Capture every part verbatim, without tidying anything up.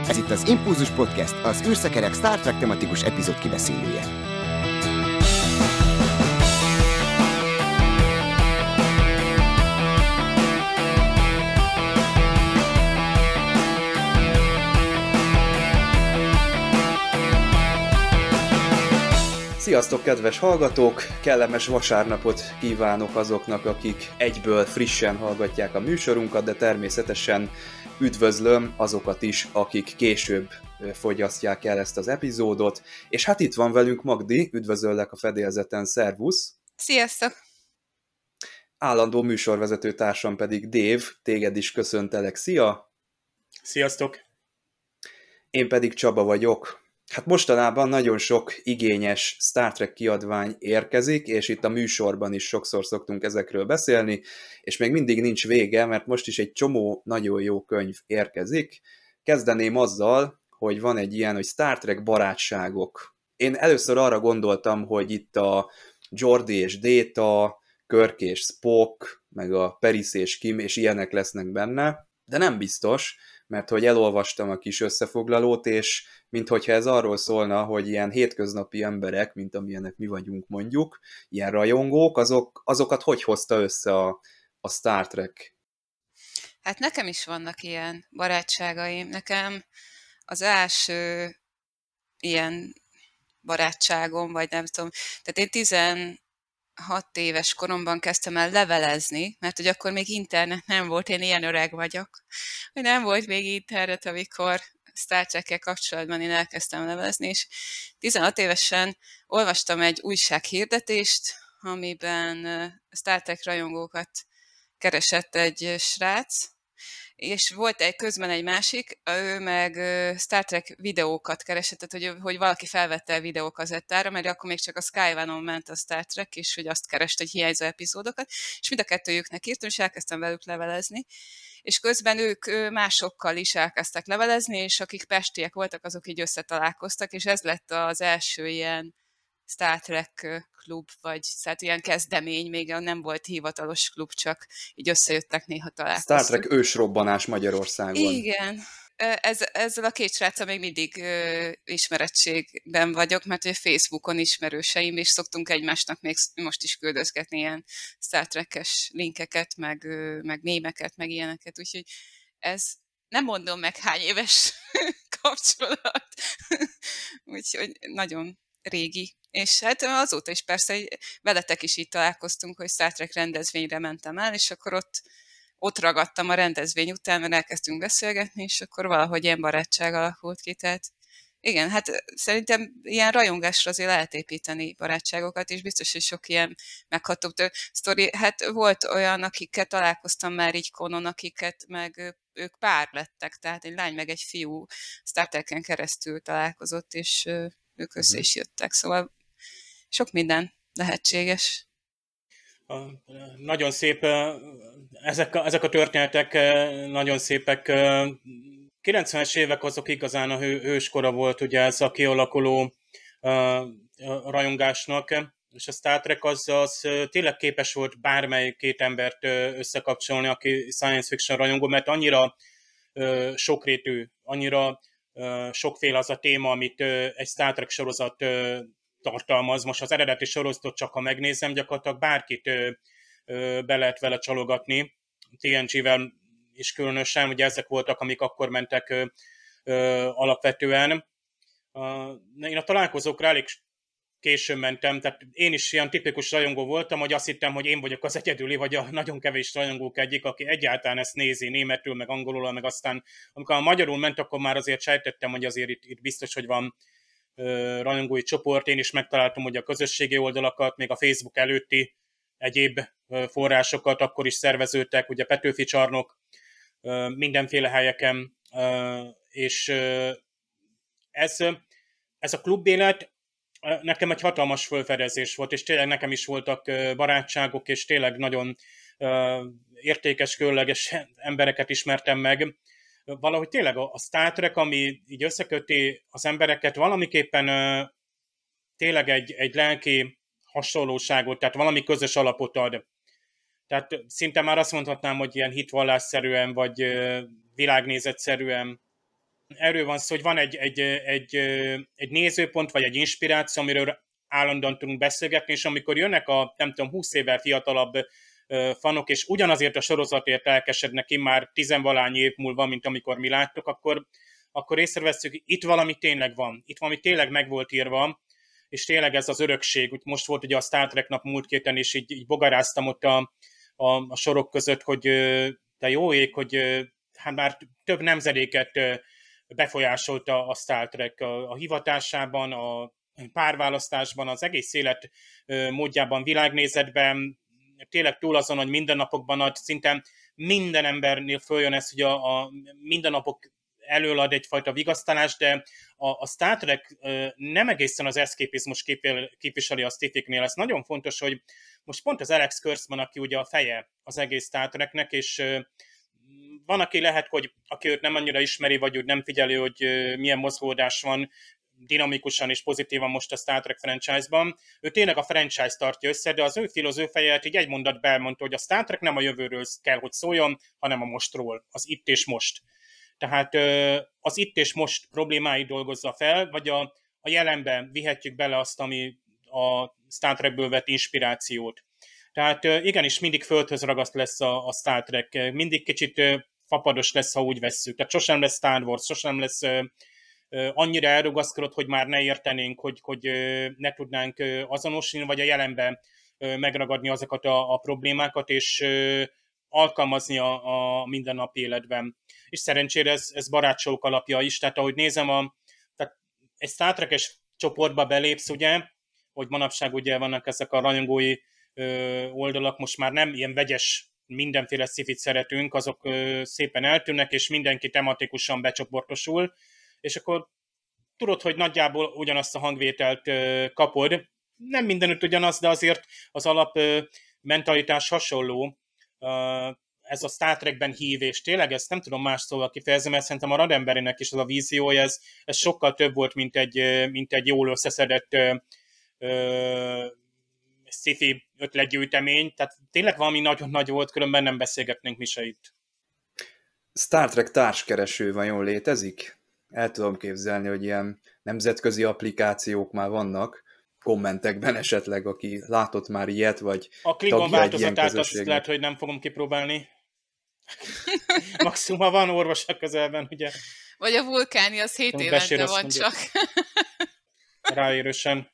Ez itt az Impulzus Podcast, az űrszekerek Star Trek tematikus epizód kibeszélője. Sziasztok, kedves hallgatók! Kellemes vasárnapot kívánok azoknak, akik egyből frissen hallgatják a műsorunkat, de természetesen üdvözlöm azokat is, akik később fogyasztják el ezt az epizódot. És hát itt van velünk Magdi, üdvözöllek a fedélzeten, szervusz! Sziasztok! Állandó műsorvezető társam pedig Dave, téged is köszöntelek, szia! Sziasztok! Én pedig Csaba vagyok. Hát mostanában nagyon sok igényes Star Trek kiadvány érkezik, és itt a műsorban is sokszor szoktunk ezekről beszélni, és még mindig nincs vége, mert most is egy csomó nagyon jó könyv érkezik. Kezdeném azzal, hogy van egy ilyen, hogy Star Trek barátságok. Én először arra gondoltam, hogy itt a Geordi és Data, Kirk és Spock, meg a Paris és Kim, és ilyenek lesznek benne, de nem biztos, mert hogy elolvastam a kis összefoglalót, és minthogyha ez arról szólna, hogy ilyen hétköznapi emberek, mint amilyenek mi vagyunk mondjuk, ilyen rajongók, azok, azokat hogy hozta össze a, a Star Trek? Hát nekem is vannak ilyen barátságaim. Nekem az első ilyen barátságom, vagy nem tudom, tehát én tizenhat éves koromban kezdtem el levelezni, mert hogy akkor még internet nem volt, én ilyen öreg vagyok, hogy nem volt még internet, amikor Star Trek-kel kapcsolatban én elkezdtem levelezni, és tizenhat évesen olvastam egy újsághirdetést, amiben Star Trek rajongókat keresett egy srác, és volt egy közben egy másik, ő meg Star Trek videókat keresett, tehát hogy, hogy valaki felvette a videókazettára, mert akkor még csak a Sky One-on ment a Star Trek, és hogy azt kereste, hogy hiányzó epizódokat, és mind a kettőjüknek írtam, és elkezdtem velük levelezni, és közben ők másokkal is elkezdtek levelezni, és akik pestiek voltak, azok így összetalálkoztak, és ez lett az első ilyen Star Trek klub, vagy hát ilyen kezdemény, még nem volt hivatalos klub, csak így összejöttek, néha találkoztunk. Star Trek ősrobbanás Magyarországon. Igen. Ez, ezzel a két sráccal még mindig ö, ismerettségben vagyok, mert hogy Facebookon ismerőseim, és szoktunk egymásnak még most is küldözgetni ilyen Star Trek-es linkeket, meg, ö, meg mémeket, meg ilyeneket, úgyhogy ez nem mondom meg hány éves kapcsolat, úgyhogy nagyon régi. És hát azóta is persze veletek is így találkoztunk, hogy Star Trek rendezvényre mentem el, és akkor ott, ott ragadtam a rendezvény után, mert elkezdtünk beszélgetni, és akkor valahogy ilyen barátság alakult ki. Tehát igen, hát szerintem ilyen rajongásra azért lehet építeni barátságokat, és biztos, hogy sok ilyen megható sztori. Hát volt olyan, akikkel találkoztam már így konon, akiket meg ők pár lettek, tehát egy lány meg egy fiú Star Treken keresztül találkozott, és ők össze is jöttek, szóval sok minden lehetséges. Nagyon szép, ezek a, ezek a történetek nagyon szépek. kilencvenes évek azok igazán a hő, hőskora volt, ugye ez a kialakuló rajongásnak, és a Star Trek az, az tényleg képes volt bármely két embert összekapcsolni, aki science fiction rajongó, mert annyira sokrétű, annyira sokféle az a téma, amit egy Star Trek sorozat tartalmaz. Most az eredeti sorozatot csak ha megnézem, gyakorlatilag bárkit be lehet vele csalogatni. té en gé-vel is különösen, ugye ezek voltak, amik akkor mentek alapvetően. Én a találkozókra elég későn mentem, tehát én is ilyen tipikus rajongó voltam, hogy azt hittem, hogy én vagyok az egyedüli, vagy a nagyon kevés rajongók egyik, aki egyáltalán ezt nézi németül, meg angolul, meg aztán amikor a magyarul ment, akkor már azért sejtettem, hogy azért itt, itt biztos, hogy van uh, rajongói csoport. Én is megtaláltam ugye a közösségi oldalakat, még a Facebook előtti egyéb uh, forrásokat, akkor is szerveződtek, ugye Petőfi csarnok, uh, mindenféle helyeken, uh, és uh, ez, ez a klubélet nekem egy hatalmas fölfedezés volt, és tényleg nekem is voltak barátságok, és tényleg nagyon értékes, különleges embereket ismertem meg. Valahogy tényleg a Star Trek, ami így összeköti az embereket, valamiképpen tényleg egy, egy lelki hasonlóságot, tehát valami közös alapot ad. Tehát szinte már azt mondhatnám, hogy ilyen hitvallásszerűen, vagy világnézetszerűen Erről van szó, hogy van egy, egy, egy, egy nézőpont, vagy egy inspiráció, amiről állandóan tudunk beszélgetni, és amikor jönnek a, nem tudom, húsz évvel fiatalabb fanok, és ugyanazért a sorozatért elkesednek ki már tizenvalány év múlva, mint amikor mi láttuk, akkor, akkor észreveszünk, hogy itt valami tényleg van. Itt valami tényleg meg volt írva, és tényleg ez az örökség. Úgy most volt ugye a Star Trek nap múlt héten, és így, így bogaráztam ott a, a, a sorok között, hogy te jó ég, hogy hát már több nemzedéket befolyásolta a Star Trek a, a hivatásában, a párválasztásban, az egész élet módjában, világnézetben, tényleg túl azon, hogy mindennapokban ad, szinte minden embernél följön ez, hogy a, a mindennapok elől ad egyfajta vigasztalást, de a, a Star Trek nem egészen az eszképizmus képviseli a sci-fiknél. Ez nagyon fontos, hogy most pont az Alex Kurtzman, aki ugye a feje az egész Star Treknek, és van, aki lehet, hogy aki őt nem annyira ismeri, vagy úgy nem figyeli, hogy milyen mozgódás van dinamikusan és pozitívan most a Star Trek franchise-ban. Ő tényleg a franchise tartja össze, de az ő filozófiáját így egy mondatban elmondta, hogy a Star Trek nem a jövőről kell, hogy szóljon, hanem a mostról, az itt és most. Tehát az itt és most problémáit dolgozza fel, vagy a, a jelenben vihetjük bele azt, ami a Star Trekből vett inspirációt. Tehát igenis mindig földhöz ragaszt lesz a, a Star Trek, mindig kicsit fapados lesz, ha úgy vesszük. Tehát sosem lesz Star Wars, sosem lesz annyira elrugaszkodott, hogy már ne értenénk, hogy, hogy ne tudnánk azonosulni, vagy a jelenben megragadni azokat a, a problémákat, és alkalmazni a, a mindennapi életben. És szerencsére ez, ez barátságok alapja is, tehát ahogy nézem, a, tehát egy Star Trek-es csoportba belépsz, ugye, hogy manapság ugye vannak ezek a rajongói ö, oldalak, most már nem ilyen vegyes, mindenféle szifit szeretünk, azok ö, szépen eltűnnek, és mindenki tematikusan becsoportosul, és akkor tudod, hogy nagyjából ugyanazt a hangvételt ö, kapod. Nem mindenütt ugyanaz, de azért az alap ö, mentalitás hasonló. Uh, ez a Star Trekben hívés, tényleg ezt nem tudom más szóval kifejezni, mert szerintem a Roddenberrynek is az a víziója, ez, ez sokkal több volt, mint egy, mint egy jól összeszedett uh, uh, sci-fi ötletgyűjtemény, tehát tényleg valami nagyon nagy volt, különben nem beszélgetnénk mi se itt. Star Trek társkereső vajon létezik? El tudom képzelni, hogy ilyen nemzetközi applikációk már vannak, kommentekben esetleg, aki látott már ilyet, vagy a Klingon változatát azt közösségnek. lehet, hogy nem fogom kipróbálni. Maximum, ha van orvos a közelben, ugye. Vagy a vulkáni, az hét Tudom, évente besér, van azt csak. Ráérősen.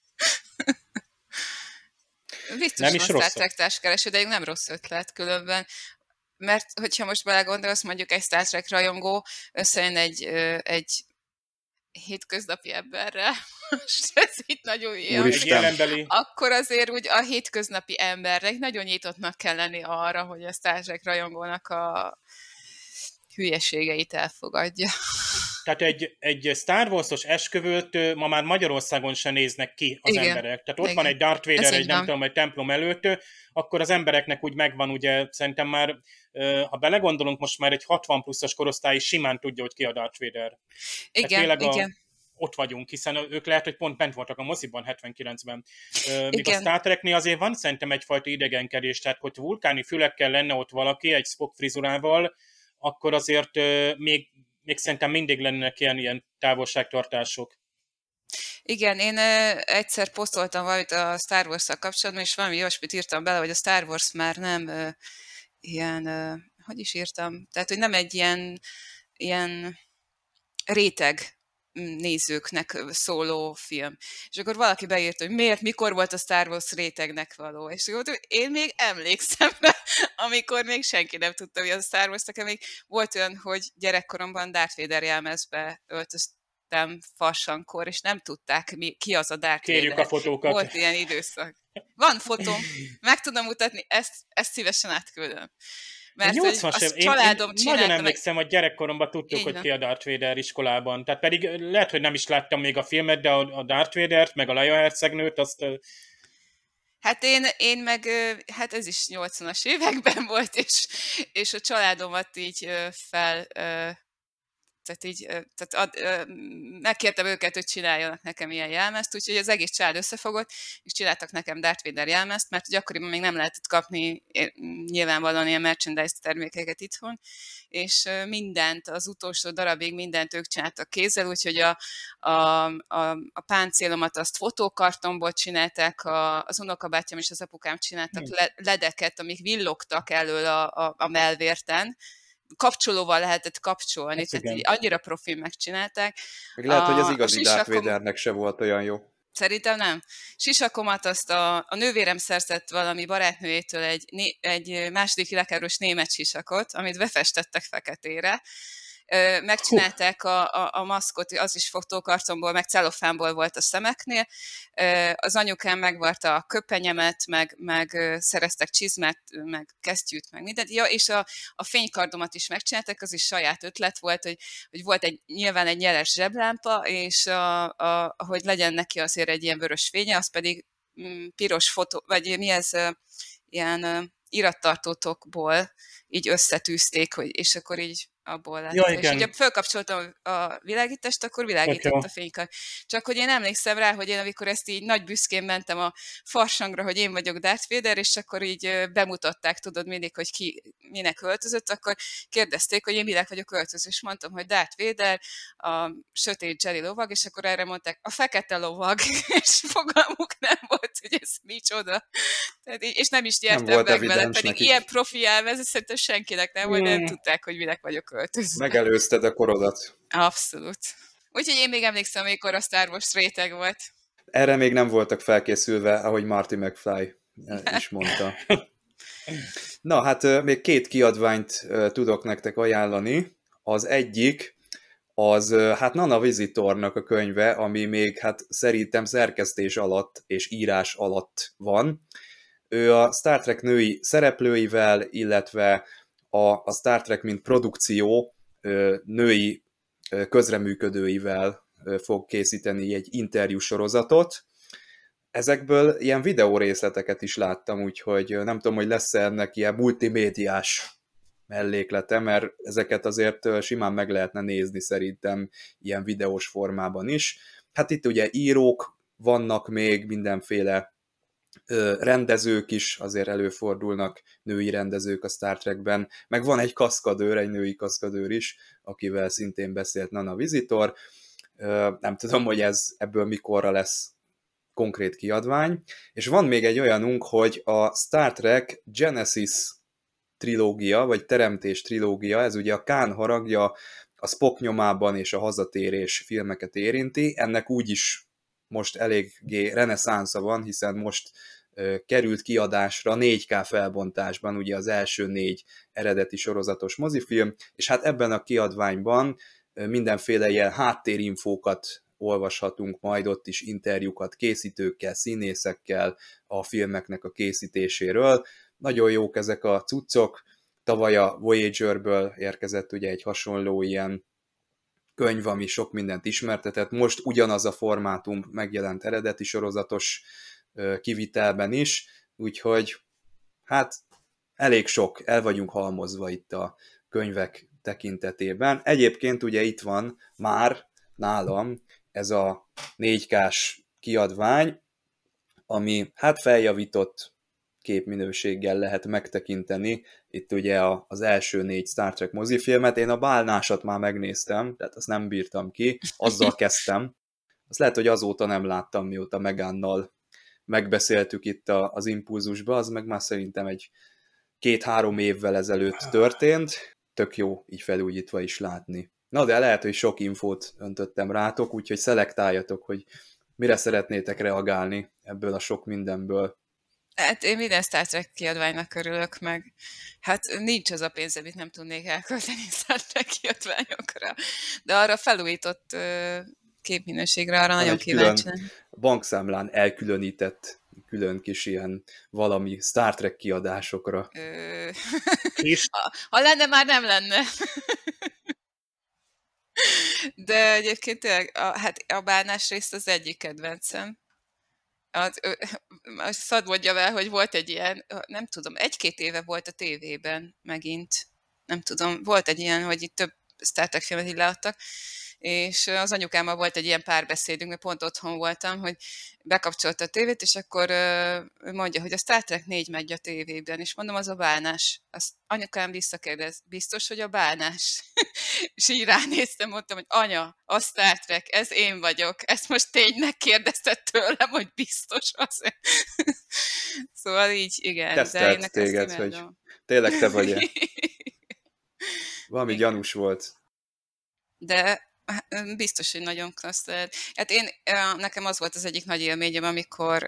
Biztos Nem van is Star rossz. Trek társkereső, de nem rossz ötlet különben. Mert hogyha most belegondolsz, mondjuk egy Star Trek rajongó összejön egy, ö, egy hétköznapi emberrel, most ez itt nagyon ilyen, Egy jelenbeli. akkor azért úgy a hétköznapi embernek nagyon nyitottnak kell lenni arra, hogy a Star Trek rajongónak a hülyeségeit elfogadja. Tehát egy, egy Star Wars-os esküvőt ma már Magyarországon sem néznek ki az Igen. emberek. Tehát ott Igen. van egy Darth Ez Vader, így egy nem van. tudom, egy templom előtt, akkor az embereknek úgy megvan, ugye szerintem már, ha belegondolunk, most már egy hatvan pluszos korosztály simán tudja, hogy ki a Darth Vader. Igen, tényleg a- igen. Ott vagyunk, hiszen ők lehet, hogy pont bent voltak a moziban hetvenkilencben. Míg a Igen. Star Treknél azért van szerintem egyfajta idegenkedés, tehát hogy vulkáni fülekkel lenne ott valaki, egy Spock frizurával, akkor azért ö, még, még szerintem mindig lennének ilyen, ilyen távolságtartások. Igen, én ö, egyszer posztoltam valamit a Star Wars-szal kapcsolatban, és valami olyasmit írtam bele, hogy a Star Wars már nem ö, ilyen, ö, hogy is írtam, tehát, hogy nem egy ilyen, ilyen réteg nézőknek szóló film. És akkor valaki beírta, hogy miért, mikor volt a Star Wars rétegnek való. És akkor mondtam, én még emlékszem rá, amikor még senki nem tudta, hogy az a Star Wars, nekem még volt olyan, hogy gyerekkoromban Darth Vader jelmezbe öltöztem farsankor, és nem tudták, mi, ki az a Darth Kérjük Vader. a fotókat. Volt ilyen időszak. Van fotóm, meg tudom mutatni, ezt, ezt szívesen átküldöm. Mert hogy nyolcvanas év. azt Én, családom én csinálta, nagyon meg- emlékszem, hogy gyerekkoromban tudtuk, Így hogy van. ki a Darth Vader iskolában. Tehát pedig lehet, hogy nem is láttam még a filmet, de a a Darth Vadert, meg a Leia hercegnőt, azt ö, Hát én, én meg, ö, hát ez is nyolcvanas években volt, és, és a családomat így ö, fel ö, Tehát így, tehát ad, megkértem őket, hogy csináljanak nekem ilyen jelmezt, úgyhogy az egész család összefogott, és csináltak nekem Darth Vader jelmezt, mert ugye akkoriban még nem lehetett kapni nyilvánvalóan ilyen merchandise termékeket itthon, és mindent, az utolsó darabig mindent ők csináltak kézzel, úgyhogy a, a, a, a páncélomat azt fotókartonból csinálták, a, az unokabátyám és az apukám csináltak le, ledeket, amik villogtak elől a, a, a melvérten, kapcsolóval lehetett kapcsolni, Ez tehát igen. így annyira profin megcsinálták. Meg lehet, hogy az A- a igazi Darth sisakom- Vadernek se volt olyan jó. Szerintem nem. Sisakomat azt a, a nővérem szerzett valami barátnőjétől egy, né- egy második világháborús német sisakot, amit befestettek feketére. Ö, Megcsinálták a, a, a maszkot, az is fotókartonból, meg celofánból volt a szemeknél. Ö, Az anyukám megvarta a köpenyemet, meg, meg ö, szereztek csizmát, meg kesztyűt, meg mindent. Ja, és a, a fénykardomat is megcsinálták, az is saját ötlet volt, hogy, hogy volt egy, nyilván egy nyeles zseblámpa, és a, a, hogy legyen neki azért egy ilyen vörös fénye, az pedig mm, piros fotó, vagy mi ez, ö, ilyen ö, irattartótokból így összetűzték, hogy, és akkor így abból lett. Ja, És igen. ugye fölkapcsoltam a világítást, akkor világított Tök jó. a fénykard. Csak hogy én emlékszem rá, hogy én amikor ezt így nagy büszkén mentem a farsangra, hogy én vagyok Darth Vader, és akkor így ö, bemutatták, tudod mindig, hogy ki minek öltözött, akkor kérdezték, hogy én minek vagyok öltöző, és mondtam, hogy Darth Vader, a sötét Jedi lovag, és akkor erre mondták, a fekete lovag, és fogalmuk nem volt, hogy ez micsoda. Tehát így, és nem is Nem nyertem volt meg vele, evidens pedig nekik. ilyen profi jelmez, szerintem senkinek nem volt, nem Mm. tudták, hogy minek vagyok öltözve. Megelőzted a korodat. Abszolút. Úgyhogy én még emlékszem, amikor a Star Wars réteg volt. Erre még nem voltak felkészülve, ahogy Marty McFly is mondta. Na, hát ö, még két kiadványt ö, tudok nektek ajánlani. Az egyik, az ö, hát Nana Visitornak a könyve, ami még hát szerintem szerkesztés alatt és írás alatt van. Ő a Star Trek női szereplőivel, illetve a, a Star Trek mint produkció ö, női ö, közreműködőivel ö, fog készíteni egy interjú sorozatot. Ezekből ilyen videó részleteket is láttam, úgyhogy nem tudom, hogy lesz-e ennek ilyen multimédiás melléklete, mert ezeket azért simán meg lehetne nézni szerintem ilyen videós formában is. Hát itt ugye írók vannak még, mindenféle ö, rendezők is azért előfordulnak, női rendezők a Star Trekben, meg van egy kaszkadőr, egy női kaszkadőr is, akivel szintén beszélt Nana Visitor. Ö, nem tudom, hogy ez ebből mikorra lesz konkrét kiadvány, és van még egy olyanunk, hogy a Star Trek Genesis trilógia, vagy Teremtés trilógia, ez ugye a Kán haragja, a Spock nyomában és a hazatérés filmeket érinti, ennek úgyis most eléggé reneszánsza van, hiszen most ö, került kiadásra négy ká felbontásban, ugye az első négy eredeti sorozatos mozifilm, és hát ebben a kiadványban ö, mindenféle ilyen háttérinfókat olvashatunk majd, ott is interjúkat készítőkkel, színészekkel a filmeknek a készítéséről. Nagyon jók ezek a cuccok. Tavaly a Voyagerből érkezett ugye egy hasonló ilyen könyv, ami sok mindent ismertetett. Most ugyanaz a formátum megjelent eredeti sorozatos kivitelben is, úgyhogy hát elég sok, el vagyunk halmozva itt a könyvek tekintetében. Egyébként ugye itt van már nálam ez a négy ká-s kiadvány, ami hát feljavított képminőséggel lehet megtekinteni. Itt ugye a, az első négy Star Trek mozifilmet, én a Bálnásat már megnéztem, tehát azt nem bírtam ki, azzal kezdtem. Azt lehet, hogy azóta nem láttam, mióta Megánnal megbeszéltük itt a, az Impulzusba, az meg már szerintem egy két-három évvel ezelőtt történt. Tök jó így felújítva is látni. Na de lehet, hogy sok infót öntöttem rátok, úgyhogy szelektáljatok, hogy mire szeretnétek reagálni ebből a sok mindenből. Hát én minden Star Trek kiadványnak örülök, meg hát nincs az a pénz, amit nem tudnék elkölteni Star Trek kiadványokra. De arra felújított ö, képminőségre, arra Van nagyon egy kíváncsi. külön bankszámlán elkülönített külön kis ilyen valami Star Trek kiadásokra. Ö, Kis. ha, ha lenne, már nem lenne. De egyébként tényleg, a, hát a bálnás részt az egyik kedvencem. Az, ö, szad mondjam el, hogy volt egy ilyen, nem tudom, egy-két éve volt a tévében megint. Nem tudom, volt egy ilyen, hogy itt több Star Trek filmet így leadtak, és az anyukámmal volt egy ilyen párbeszédünk, mert pont otthon voltam, hogy bekapcsolta a tévét, és akkor ő mondja, hogy a Star Trek négy megy a tévében, és mondom, az a bálnás. Azt anyukám visszakérdez, biztos, hogy a bálnás? És így ránéztem, mondtam, hogy anya, a Star Trek, ez én vagyok. Ezt most tényleg kérdezted tőlem, hogy biztos az. Szóval így, igen. Tesztelt téged, hogy tényleg te vagy-e. Valami igen. Gyanús volt. De biztos, hogy nagyon klassz lehet. Hát én, nekem az volt az egyik nagy élményem, amikor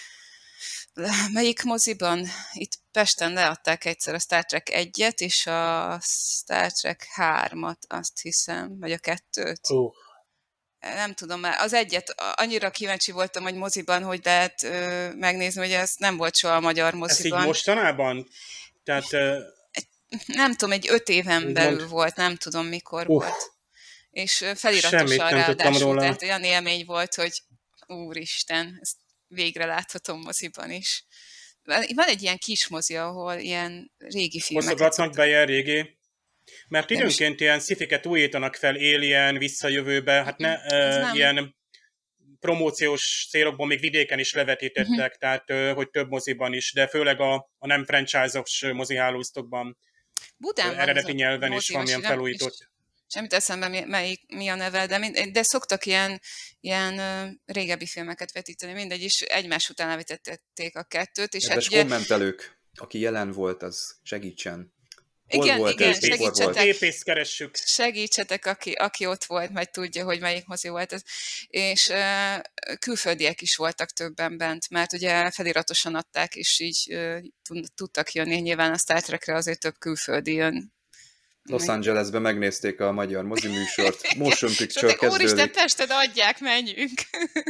melyik moziban? Itt Pesten leadták egyszer a Star Trek egyet, és a Star Trek hármat, azt hiszem, vagy a kettőt. Uh. Nem tudom már. Az egyet annyira kíváncsi voltam, hogy moziban, hogy lehet ö, megnézni, hogy ez nem volt soha a magyar moziban. Ez így mostanában? Tehát... Uh... Nem tudom, egy öt éven belül mond... volt, nem tudom mikor uh. volt. És feliratosan ráadásul, tehát olyan élmény volt, hogy úristen, ezt végre láthatom moziban is. Van egy ilyen kis mozi, ahol ilyen régi filmeket... Hozzogatnak be ilyen régi, mert időnként is... ilyen szifiket újítanak fel, Alien, Visszajövőbe, hát ne, uh, ilyen promóciós célokból még vidéken is levetítettek, uh-huh. tehát uh, hogy több moziban is, de főleg a, a nem franchise-os mozihálóztatokban Budán uh, eredeti nyelven is van ilyen felújított. Semmit eszembe, mi, melyik, mi a neve, de, mind, de szoktak ilyen, ilyen uh, régebbi filmeket vetíteni, mindegy, és egymás után levetítették a kettőt. És Kedves hát ugye... kommentelők, aki jelen volt, az segítsen. Hol igen, volt igen, ez? segítsetek, keressük. segítsetek aki, aki ott volt, majd tudja, hogy melyik mozi volt ez. És uh, külföldiek is voltak többen bent, mert ugye feliratosan adták, és így uh, tudtak jönni. Nyilván a Star Trekre azért több külföldi jön. Los Angelesben megnézték a magyar moziműsort. Motion Picture kezdődik. Úristen, Pested adják, menjünk!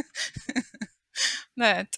Lehet.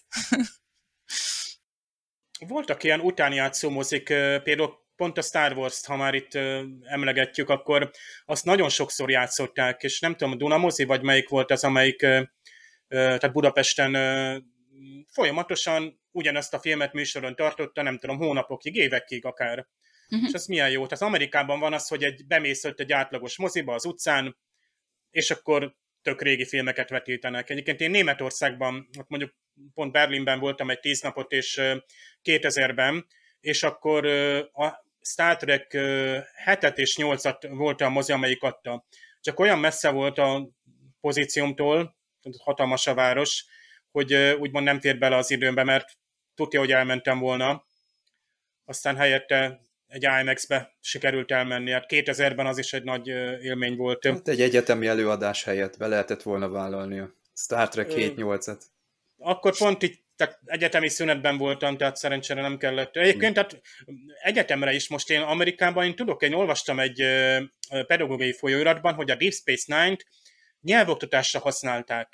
Voltak ilyen utánjátszó mozik, például pont a Star Wars-t, ha már itt emlegetjük, akkor azt nagyon sokszor játszották, és nem tudom, Duna mozi, vagy melyik volt az, amelyik tehát Budapesten folyamatosan ugyanazt a filmet műsoron tartotta, nem tudom, hónapokig, évekig akár. Uh-huh. És ez milyen jó. Tehát Amerikában van az, hogy egy bemész ott egy átlagos moziba az utcán, és akkor tök régi filmeket vetítenek. Egyébként én Németországban, mondjuk pont Berlinben voltam egy tíz napot, és kétezerben, és akkor a Star Trek hetet és nyolcat volt a mozi, amelyik adta. Csak olyan messze volt a pozíciómtól, hatalmas a város, hogy úgymond nem fér bele az időmbe, mert tudja, hogy elmentem volna. Aztán helyette egy I M X-be sikerült elmenni. Hát kétezerben az is egy nagy élmény volt. Hát egy egyetemi előadás helyett be lehetett volna vállalni a Star Trek hét nyolcat. Akkor pont így tehát egyetemi szünetben voltam, tehát szerencsére nem kellett. Egyébként tehát egyetemre is most én Amerikában, én tudok, én olvastam egy pedagógiai folyóiratban, hogy a Deep Space Nine-t nyelvoktatásra használták.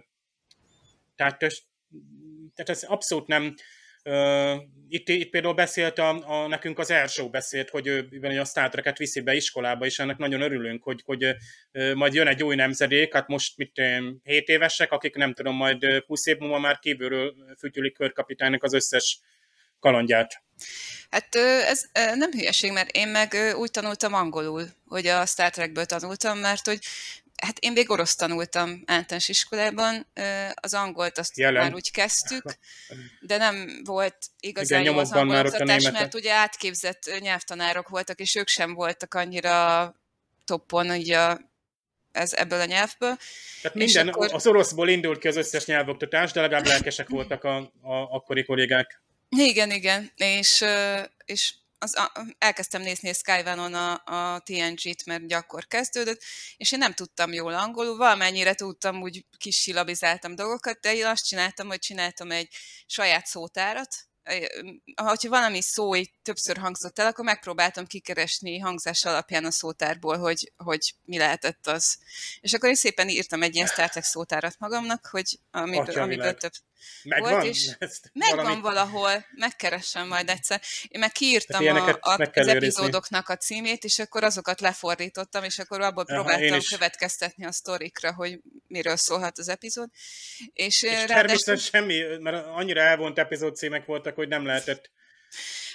Tehát, tehát ez abszolút nem... Uh, itt, itt például beszélt a, a, nekünk az Erzsó beszélt, hogy ő a Star Trek-et viszi be iskolába, és ennek nagyon örülünk, hogy, hogy uh, majd jön egy új nemzedék, hát most mit hét évesek, akik nem tudom, majd húsz év múlva már kívülről fütyülik körkapitánynak az összes kalandját. Hát ez nem hülyeség, mert én meg úgy tanultam angolul, hogy a Star Trekből tanultam, mert hogy hát én még orosz tanultam általános iskolában, az angolt azt Jelen. már úgy kezdtük, de nem volt igazán jó az angoloktatás, mert ugye átképzett nyelvtanárok voltak, és ők sem voltak annyira toppon ugye a, ez, ebből a nyelvből. Tehát minden, akkor... az oroszból indult ki az összes nyelvoktatás, de legalább lelkesek voltak a, a akkori kollégák. Igen, igen, és, és az, a, elkezdtem nézni Skyvanon a, a té en gét, mert ugye akkor kezdődött, és én nem tudtam jól angolul, valamennyire tudtam, úgy kis silabizáltam dolgokat, de én azt csináltam, hogy csináltam egy saját szótárat. Ha valami szó így többször hangzott el, akkor megpróbáltam kikeresni hangzás alapján a szótárból, hogy, hogy mi lehetett az. És akkor én szépen írtam egy ilyen Star Trek szótárat magamnak, hogy amiből, amiből több megvan? volt, és megvan valami... valahol, megkeresem majd egyszer. Én meg kiírtam a, a, meg az epizódoknak a címét, és akkor azokat lefordítottam, és akkor abból Aha, próbáltam következtetni a sztorikra, hogy miről szólhat az epizód. És, és természetesen semmi, mert annyira elvont epizód címek voltak, hogy nem lehetett.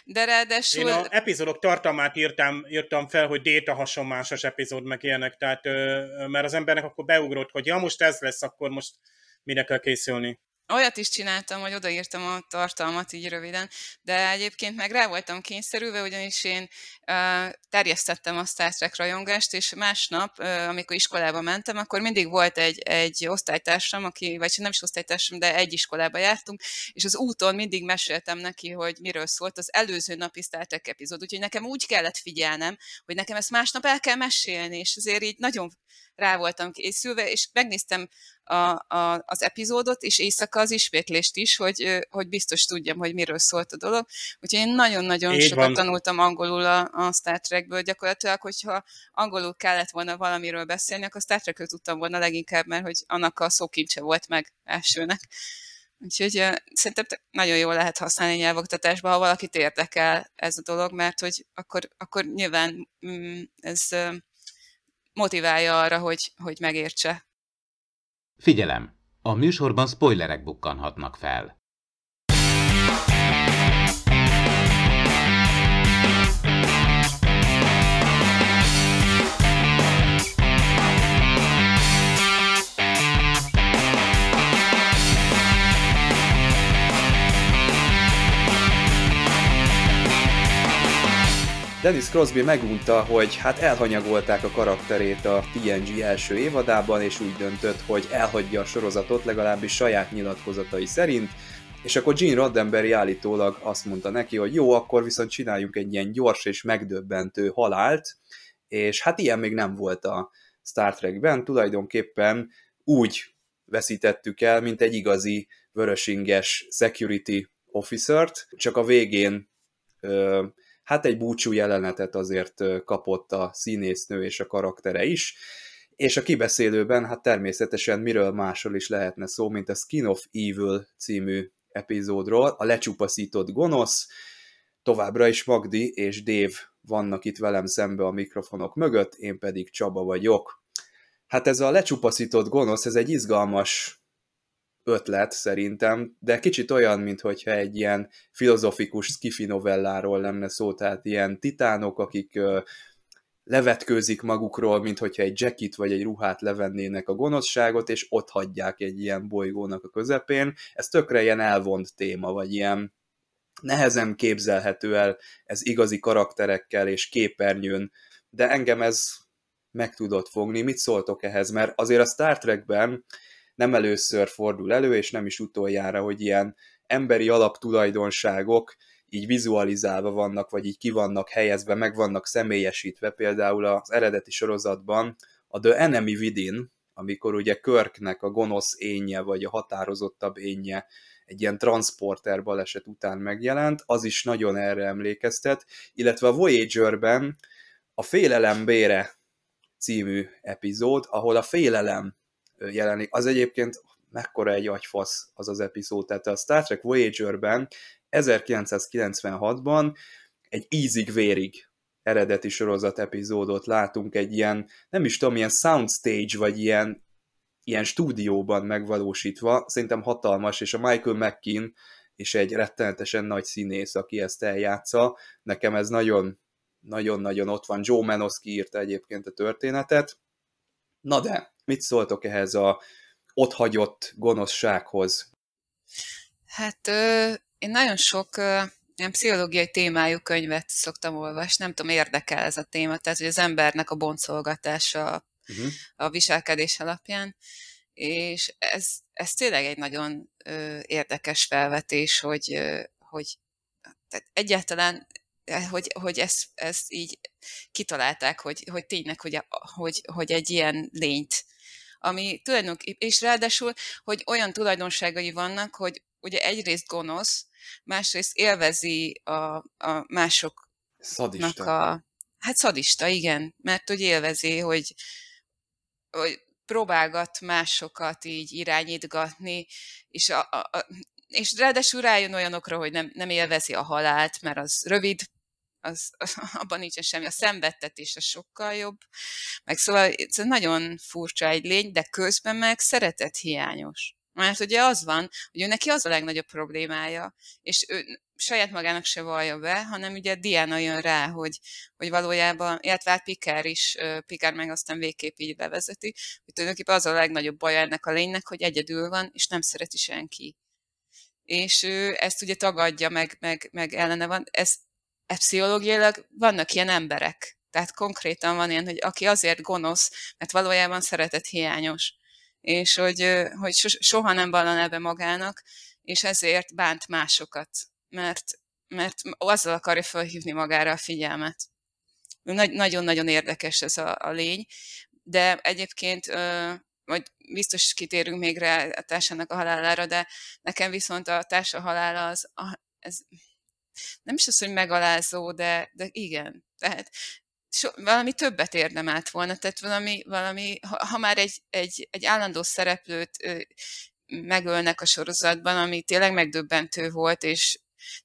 de ráadásul... Én az epizódok tartalmát írtam, írtam fel, hogy déta hasonmásos epizód, meg ilyenek, tehát, mert az embernek akkor beugrott, hogy ja, most ez lesz, akkor most mire kell készülni. Olyat is csináltam, hogy odaírtam a tartalmat így röviden, de egyébként meg rá voltam kényszerülve, ugyanis én uh, terjesztettem a Star Trek rajongást, és másnap, uh, amikor iskolába mentem, akkor mindig volt egy, egy osztálytársam, aki, vagy nem is osztálytársam, de egy iskolába jártunk, és az úton mindig meséltem neki, hogy miről szólt az előző napi Star Trek epizód, úgyhogy nekem úgy kellett figyelnem, hogy nekem ezt másnap el kell mesélni, és azért így nagyon rá voltam készülve, és megnéztem a, a, az epizódot, és éjszaka az ismétlést is, hogy, hogy biztos tudjam, hogy miről szólt a dolog. Úgyhogy én nagyon-nagyon Így sokat van. tanultam angolul a, a Star Trekből. Gyakorlatilag, hogyha angolul kellett volna valamiről beszélni, akkor Star Trekről tudtam volna leginkább, mert hogy annak a szókincse volt meg elsőnek. Úgyhogy uh, szerintem nagyon jól lehet használni nyelvoktatásban, ha valakit érdekel ez a dolog, mert hogy akkor, akkor nyilván mm, ez uh, motiválja arra, hogy, hogy megértse. Figyelem! A műsorban spoilerek bukkanhatnak fel. Dennis Crosby megunta, hogy hát elhanyagolták a karakterét a té en gé első évadában, és úgy döntött, hogy elhagyja a sorozatot, legalábbis saját nyilatkozatai szerint, és akkor Gene Roddenberry állítólag azt mondta neki, hogy jó, akkor viszont csináljunk egy ilyen gyors és megdöbbentő halált, és hát ilyen még nem volt a Star Trekben, tulajdonképpen úgy veszítettük el, mint egy igazi vörösinges security officert, csak a végén ö, hát egy búcsú jelenetet azért kapott a színésznő és a karaktere is, és a kibeszélőben hát természetesen miről másról is lehetne szó, mint a Skin of Evil című epizódról, a lecsupaszított gonosz, továbbra is Magdi és Dave vannak itt velem szembe a mikrofonok mögött, én pedig Csaba vagyok. Hát ez a lecsupaszított gonosz, ez egy izgalmas ötlet szerintem, de kicsit olyan, mintha egy ilyen filozofikus sci-fi novelláról lenne szó, tehát ilyen titánok, akik ö, levetkőzik magukról, mintha egy jackit vagy egy ruhát levennének a gonoszságot, és ott hagyják egy ilyen bolygónak a közepén. Ez tökre ilyen elvont téma, vagy ilyen nehezen képzelhető el, ez igazi karakterekkel és képernyőn, de engem ez meg tudott fogni. Mit szóltok ehhez? Mert azért a Star Trekben nem először fordul elő, és nem is utoljára, hogy ilyen emberi alaptulajdonságok így vizualizálva vannak, vagy így ki vannak helyezve, meg vannak személyesítve. Például az eredeti sorozatban a The Enemy Within, amikor ugye Kirknek a gonosz énje, vagy a határozottabb énje egy ilyen transporter baleset után megjelent, az is nagyon erre emlékeztet, illetve a Voyagerben a Félelem bére című epizód, ahol a félelem jelenik. Az egyébként mekkora egy agyfasz az az epizód. Tehát a Star Trek Voyagerben ezerkilencszázkilencvenhatban egy ízig-vérig eredeti sorozat epizódot látunk, egy ilyen, nem is tudom, ilyen soundstage, vagy ilyen, ilyen stúdióban megvalósítva, szerintem hatalmas, és a Michael McKean is egy rettenetesen nagy színész, aki ezt eljátsza. Nekem ez nagyon nagyon-nagyon ott van. Joe Menosky írta egyébként a történetet. Na de, mit szóltok ehhez a otthagyott gonoszsághoz? Hát ö, én nagyon sok ö, ilyen pszichológiai témájú könyvet szoktam olvasni, nem tudom, érdekel ez a téma, tehát hogy az embernek a boncolgatása uh-huh. a viselkedés alapján, és ez, ez tényleg egy nagyon ö, érdekes felvetés, hogy, ö, hogy tehát egyáltalán hogy, hogy ezt, ezt így kitalálták, hogy, hogy tényleg, hogy, hogy, hogy egy ilyen lényt, ami tulajdonképpen, és ráadásul, hogy olyan tulajdonságai vannak, hogy ugye egyrészt gonosz, másrészt élvezi a, a másoknak szadista. a... Hát szadista, igen, mert hogy élvezi, hogy, hogy próbálgat másokat így irányítgatni, és a, a, a és ráadásul rájön olyanokra, hogy nem, nem élvezi a halált, mert az rövid, az, abban nincsen semmi, a szenvedtetés az sokkal jobb, meg szóval ez nagyon furcsa egy lény, de közben meg szeretethiányos. Mert ugye az van, hogy ő neki az a legnagyobb problémája, és ő, saját magának se vallja be, hanem ugye Diana jön rá, hogy, hogy valójában, illetve hát Picard is, Picard meg aztán végképp így bevezeti, hogy tulajdonképpen az a legnagyobb baj ennek a lénynek, hogy egyedül van, és nem szereti senki. És ő ezt ugye tagadja, meg, meg, meg ellene van. Ez, ez pszichológiailag vannak ilyen emberek. Tehát konkrétan van ilyen, hogy aki azért gonosz, mert valójában szeretet hiányos. És hogy, hogy soha nem vallaná be magának, és ezért bánt másokat. Mert, mert azzal akarja felhívni magára a figyelmet. Nagyon-nagyon érdekes ez a, a lény. De egyébként majd biztos kitérünk még rá a társának a halálára, de nekem viszont a társa halála az, ez nem is az, hogy megalázó, de, de igen. Tehát so, valami többet érdemelt volna, tehát valami, valami ha, ha már egy, egy, egy állandó szereplőt ö, megölnek a sorozatban, ami tényleg megdöbbentő volt, és,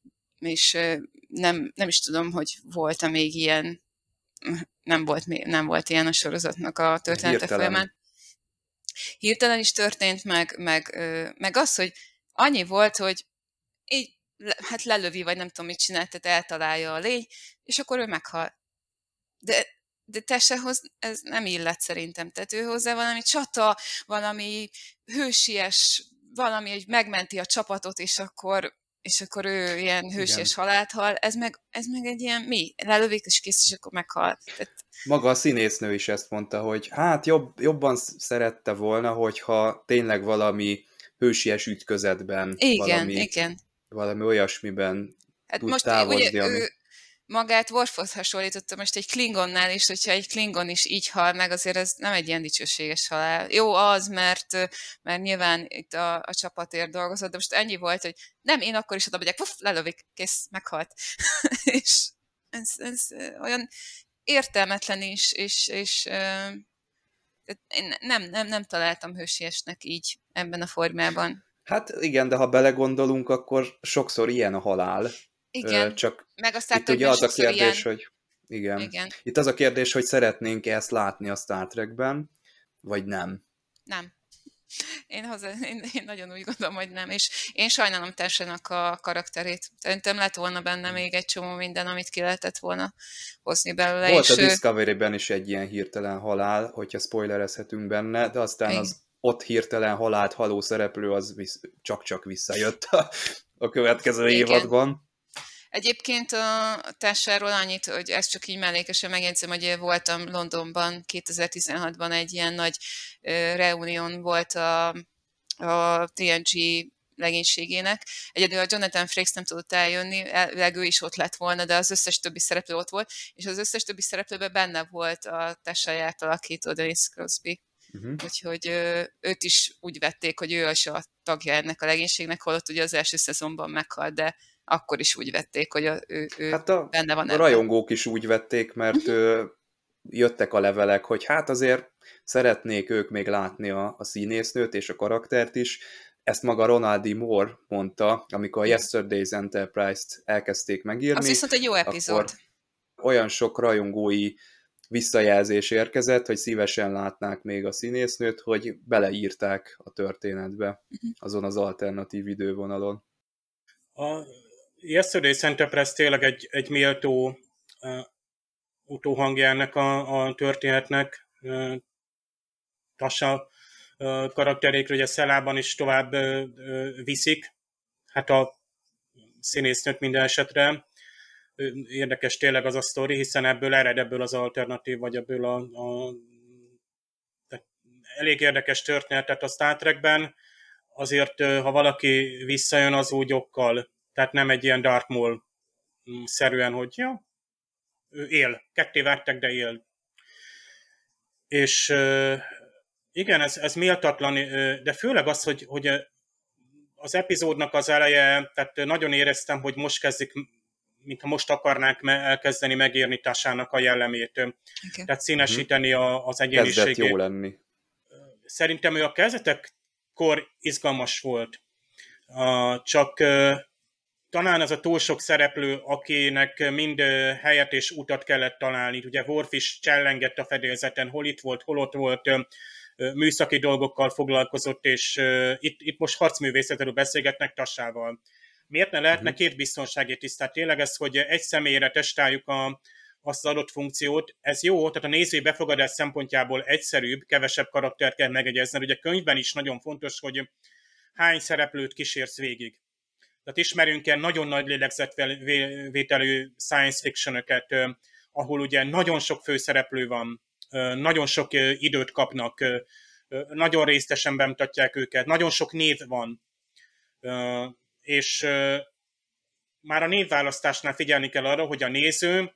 és ö, nem, nem is tudom, hogy volt-e még ilyen, nem volt, nem volt ilyen a sorozatnak a története folyamán. Hirtelen is történt, meg, meg, meg az, hogy annyi volt, hogy így hát lelövi, vagy nem tudom, mit csinál, tehát eltalálja a lény, és akkor ő meghal. De, de Tessehoz ez nem illet szerintem. Tehát ő hozzá valami csata, valami hősies, valami, hogy megmenti a csapatot, és akkor, és akkor ő ilyen hősies halált hal. Ez meg, ez meg egy ilyen mi? Lelövik, és kész, és akkor meghal. Tehát... Maga a színésznő is ezt mondta, hogy hát jobb, jobban szerette volna, hogyha tényleg valami hősies ütközetben, igen, valami, igen. valami olyasmiben hát tud most távozni. Ugye, ami... ő magát Worfhoz hasonlította most egy Klingonnál is, hogyha egy Klingon is így hal meg, azért ez nem egy ilyen dicsőséges halál. Jó az, mert, mert nyilván itt a, a csapatért dolgozott, de most ennyi volt, hogy nem, én akkor is oda megyek, puff, lelövik, kész, meghalt. és ez, ez olyan értelmetlen is, és, és uh, én nem, nem, nem találtam hősiesnek így ebben a formában. Hát igen, de ha belegondolunk, akkor sokszor ilyen a halál. Igen, csak meg aztán itt ugye az a kérdés, ilyen... hogy igen. igen. Itt az a kérdés, hogy szeretnénk -e ezt látni a Star Trekben, vagy nem? Nem. Én, hozzá, én, én nagyon úgy gondolom, hogy nem, és én sajnálom Tessenak a karakterét. Szerintem lett volna benne még egy csomó minden, amit ki lehetett volna hozni belőle. Volt és a Discovery-ben is egy ilyen hirtelen halál, hogyha spoilerezhetünk benne, de aztán igen. Az ott hirtelen halált haló szereplő az visz, csak-csak visszajött a, a következő igen. évadban. Egyébként a társáról annyit, hogy ezt csak így mellékesen megjegyzem, hogy voltam Londonban kétezer-tizenhatban egy ilyen nagy reunión volt a, a té en gé legénységének. Egyedül a Jonathan Frakes nem tudott eljönni, elvileg ő is ott lett volna, de az összes többi szereplő ott volt, és az összes többi szereplőben benne volt a társáját alakító Dennis Crosby. Uh-huh. Úgyhogy őt is úgy vették, hogy ő is a tagja ennek a legénységnek, holott ugye az első szezonban meghalt, de akkor is úgy vették, hogy a, ő, ő hát a, benne van a ebben. rajongók is úgy vették, mert ő, jöttek a levelek, hogy hát azért szeretnék ők még látni a, a színésznőt és a karaktert is. Ezt maga Ronald D. Moore mondta, amikor a Yesterday's Enterprise-t elkezdték megírni. Az viszont egy jó epizód. Olyan sok rajongói visszajelzés érkezett, hogy szívesen látnák még a színésznőt, hogy beleírták a történetbe azon az alternatív idővonalon. A Yesterday's Enterprise tényleg egy, egy méltó uh, utóhangja ennek a, a történetnek. Uh, Tasha uh, karakterékről ugye Szellában is tovább uh, uh, viszik. Hát a színésznőt minden esetre. Érdekes tényleg az a sztori, hiszen ebből ered ebből az alternatív, vagy ebből a, a elég érdekes történetet a Star Trekben. Azért, ha valaki visszajön, az úgy okkal. Tehát nem egy ilyen Darth Maul-szerűen, hogy ja, ő él. Ketté vágták, de él. És igen, ez, ez méltatlan, de főleg az, hogy, hogy az epizódnak az eleje, tehát nagyon éreztem, hogy most kezdik, mintha most akarnánk elkezdeni megírni Tasának a jellemét. Okay. Tehát színesíteni a, az egyéniségét. Kezdett jó lenni. Szerintem ő a kezdetekkor izgalmas volt. Uh, csak uh, talán az a túl sok szereplő, akinek mind uh, helyet és utat kellett találni. Ugye Worf is csellengett a fedélzeten, hol itt volt, hol ott volt, uh, műszaki dolgokkal foglalkozott, és uh, itt, itt most harcművészetről beszélgetnek Tasával. Miért ne lehetne két biztonsági tiszt? Tehát tényleg ez, hogy egy személyre testáljuk a, azt az adott funkciót, ez jó, tehát a nézői befogadás szempontjából egyszerűbb, kevesebb karaktert kell megegyezni. Ugye a könyvben is nagyon fontos, hogy hány szereplőt kísérsz végig. Tehát ismerünk el nagyon nagy lélegzetvételű science fiction-öket, ahol ugye nagyon sok főszereplő van, nagyon sok időt kapnak, nagyon részletesen bemutatják őket, nagyon sok név van, és már a névválasztásnál figyelni kell arra, hogy a néző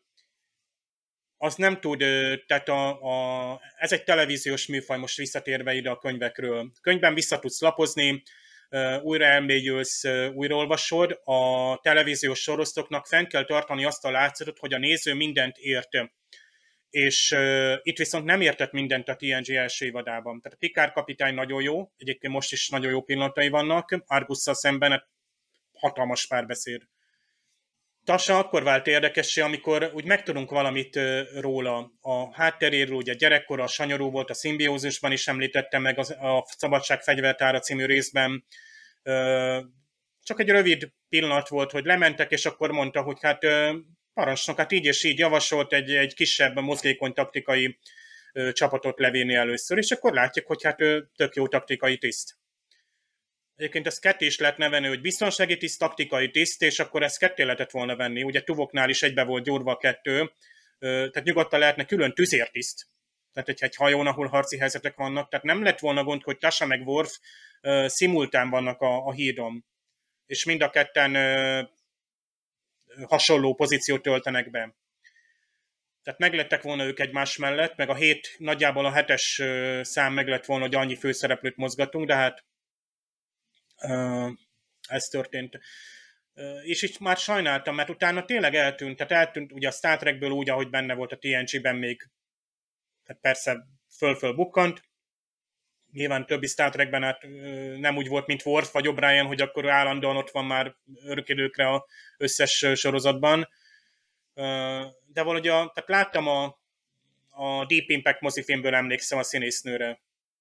az nem tud, tehát a, a, ez egy televíziós műfaj, most visszatérve ide a könyvekről. Könyvben vissza tudsz lapozni, újra elmélyülsz, újraolvasod, a televíziós sorozatoknak fenn kell tartani azt a látszatot, hogy a néző mindent ért. És uh, itt viszont nem értett mindent a té en gé első évadában. Tehát a Picard kapitány nagyon jó, egyébként most is nagyon jó pillanatai vannak, Argusszal szemben hatalmas párbeszéd. Tasha akkor vált érdekessé, amikor úgy megtudunk valamit uh, róla. A hátteréről, ugye gyerekkora, a sanyarú volt, a szimbiózusban is említettem meg az, a Szabadság fegyvertára című részben. Uh, csak egy rövid pillanat volt, hogy lementek, és akkor mondta, hogy hát uh, parancsnok, hát így és így javasolt egy, egy kisebb mozgékony taktikai ö, csapatot levinni először, és akkor látjuk, hogy hát ö, tök jó taktikai tiszt. Egyébként ezt ketté is lehet nevenni, hogy biztonsági tiszt, taktikai tiszt, és akkor ezt ketté lehetett volna venni. Ugye Tuvoknál is egybe volt gyúrva a kettő, ö, tehát nyugodtan lehetne külön tüzértiszt. Tehát egy, egy hajón, ahol harci helyzetek vannak, tehát nem lett volna gond, hogy Tasha meg Worf ö, szimultán vannak a, a hídon, és mind a ketten ö, hasonló pozíciót töltenek be. Tehát meglettek volna ők egymás mellett, meg a hét, nagyjából a hetes szám meg lett volna, hogy annyi főszereplőt mozgatunk, de hát uh, ez történt. Uh, és itt már sajnáltam, mert utána tényleg eltűnt, tehát eltűnt ugye a Star Trekből úgy, ahogy benne volt a té en gében még, tehát persze föl-föl bukkant. Nyilván többi Star Trekben hát nem úgy volt, mint Worf vagy O'Brien, hogy akkor állandóan ott van már örökidőkre az összes sorozatban. De valahogy a, tehát láttam a, a Deep Impact mozifilmből, emlékszem a színésznőre.